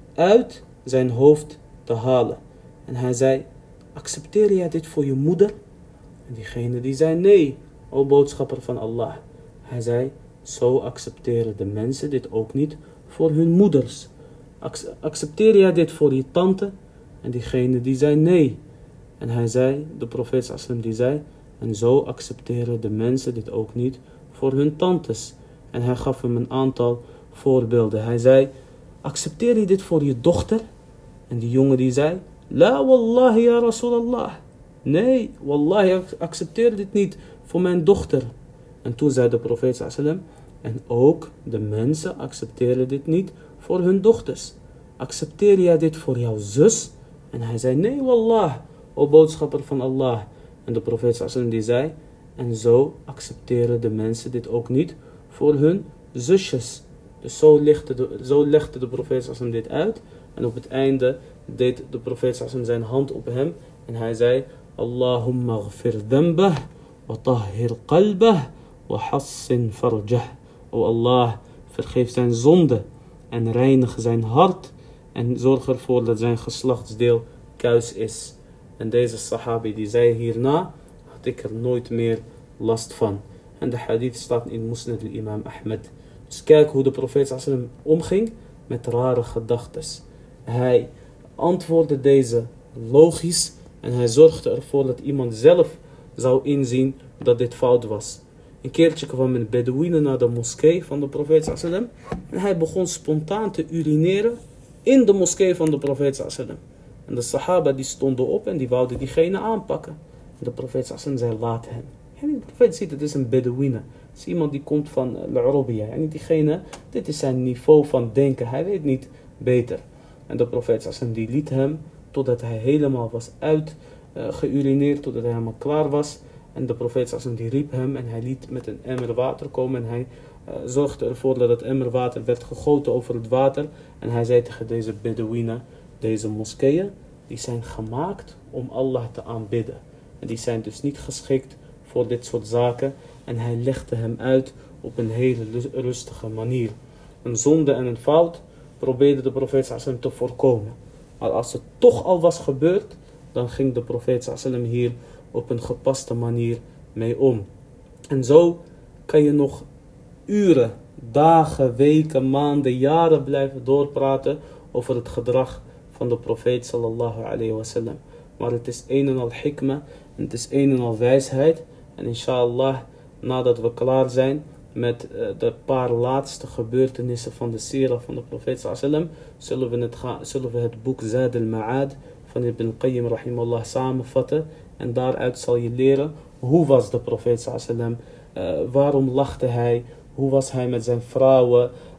uit zijn hoofd te halen. En hij zei, accepteer jij dit voor je moeder? En diegene die zei nee, o boodschapper van Allah. Hij zei, zo accepteren de mensen dit ook niet voor hun moeders. Accepteer jij dit voor je tante? En diegene die zei nee. En hij zei, de profeet sallam die zei, en zo accepteren de mensen dit ook niet voor hun tantes. En hij gaf hem een aantal voorbeelden. Hij zei, accepteer je dit voor je dochter? En die jongen die zei, la wallahi ya Rasulallah. Nee, wallahi, ik accepteer dit niet voor mijn dochter. En toen zei de profeet sallam, en ook de mensen accepteren dit niet voor hun dochters. Accepteer jij dit voor jouw zus? En hij zei, nee wallah, o boodschapper van Allah. En de profeet sallam die zei, en zo accepteren de mensen dit ook niet voor hun zusjes. Dus zo legde de, zo legde de profeet sallam dit uit. En op het einde deed de profeet sallam zijn hand op hem. En hij zei, Allahumma ghfir dhanbah, wa tahhir qalbah, wa hassin farjah. O Allah, vergeef zijn zonde en reinig zijn hart. En zorg ervoor dat zijn geslachtsdeel kuis is. En deze sahabi die zei hierna, had ik er nooit meer last van. En de hadith staat in Musnad al-Imam Ahmed. Dus kijk hoe de profeet sallam omging met rare gedachtes. Hij antwoordde deze logisch en hij zorgde ervoor dat iemand zelf zou inzien dat dit fout was. Een keertje kwam een Bedouine naar de moskee van de profeet sallam en hij begon spontaan te urineren in de moskee van de profeet sallam. En de sahaba die stonden op en die wouden diegene aanpakken. En de profeet sallam zei, laat hem. En de profeet ziet, het is een Bedouine. Het is iemand die komt van Al-Arabiya. En diegene, dit is zijn niveau van denken. Hij weet niet beter. En de profeet sallam die liet hem totdat hij helemaal was uitgeurineerd, uh, totdat hij helemaal klaar was. En de profeet sallam die riep hem en hij liet met een emmer water komen. En hij uh, zorgde ervoor dat het emmer water werd gegoten over het water. En hij zei tegen deze Bedouine, deze moskeeën, die zijn gemaakt om Allah te aanbidden. En die zijn dus niet geschikt voor dit soort zaken. En hij legde hem uit op een hele rustige manier. Een zonde en een fout probeerde de profeet sallam te voorkomen. Maar als het toch al was gebeurd, dan ging de profeet sallam hier op een gepaste manier mee om. En zo kan je nog uren, dagen, weken, maanden, jaren blijven doorpraten over het gedrag van de profeet sallallahu alayhi wasallam. Maar het is een en al hikma en het is een en al wijsheid. En inshallah, nadat we klaar zijn met uh, de paar laatste gebeurtenissen van de sira van de profeet sallallahu alayhi wasallam, zullen we het, ga, zullen we het boek Zad al-Ma'ad van Ibn Qayyim rahimahullah samenvatten. En daaruit zal je leren, hoe was de profeet sallallahu alayhi wasallam, uh, waarom lachte hij, hoe was hij met zijn vrouwen,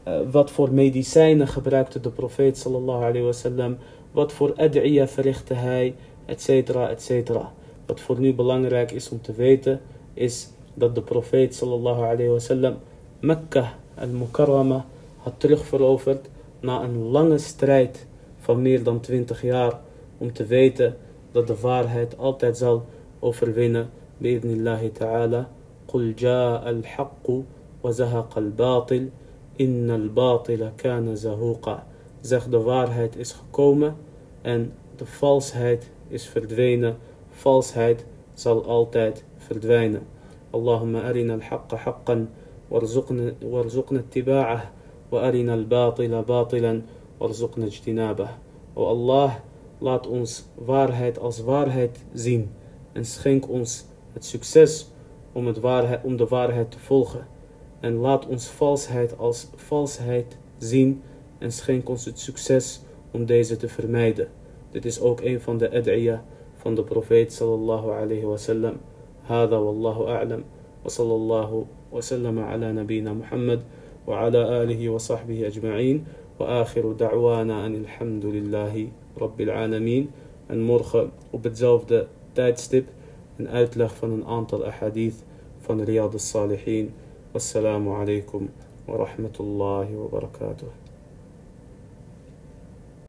uh, wat voor medicijnen gebruikte de profeet sallallahu alayhi wasallam, wat voor ad'iyah verrichtte hij, et cetera, et cetera. Wat voor nu belangrijk is om te weten, is dat de profeet sallallahu alayhi wasallam Mekka al-Mukarrama had terugveroverd na een lange strijd van meer dan twintig jaar, om te weten dat de waarheid altijd zal overwinnen. Bi'idnillahi ta'ala. Qul ja'a al-haqqu wa zahaqa al-batil. Inna al-batila kana zahuqa. Zeg, de waarheid is gekomen en de valsheid is verdwenen. Valsheid zal altijd verdwijnen. Allahumma arina al-haqqa haqqan warzuqna ittiba'ah wa arina al-batila batilan warzuqna ijtinabah. O Allah, laat ons waarheid als waarheid zien en schenk ons het succes om, het waarheid, om de waarheid te volgen. En laat ons valsheid als valsheid zien en schenk ons het succes om deze te vermijden. Dit is ook een van de ad'iyah van de profeet sallallahu alayhi wa sallam. Hada wallahu a'lam. Wa sallallahu wa sallam ala nabina Muhammad wa ala alihi wa sahbihi ajma'in. Wa akhiru da'wana an alhamdulillahi rabbil alamin. En morgen op hetzelfde tijdstip een uitleg van een aantal ahadith van Riyad al-Salihin. Wassalamu alaikum wa rahmatullahi wa barakatuh.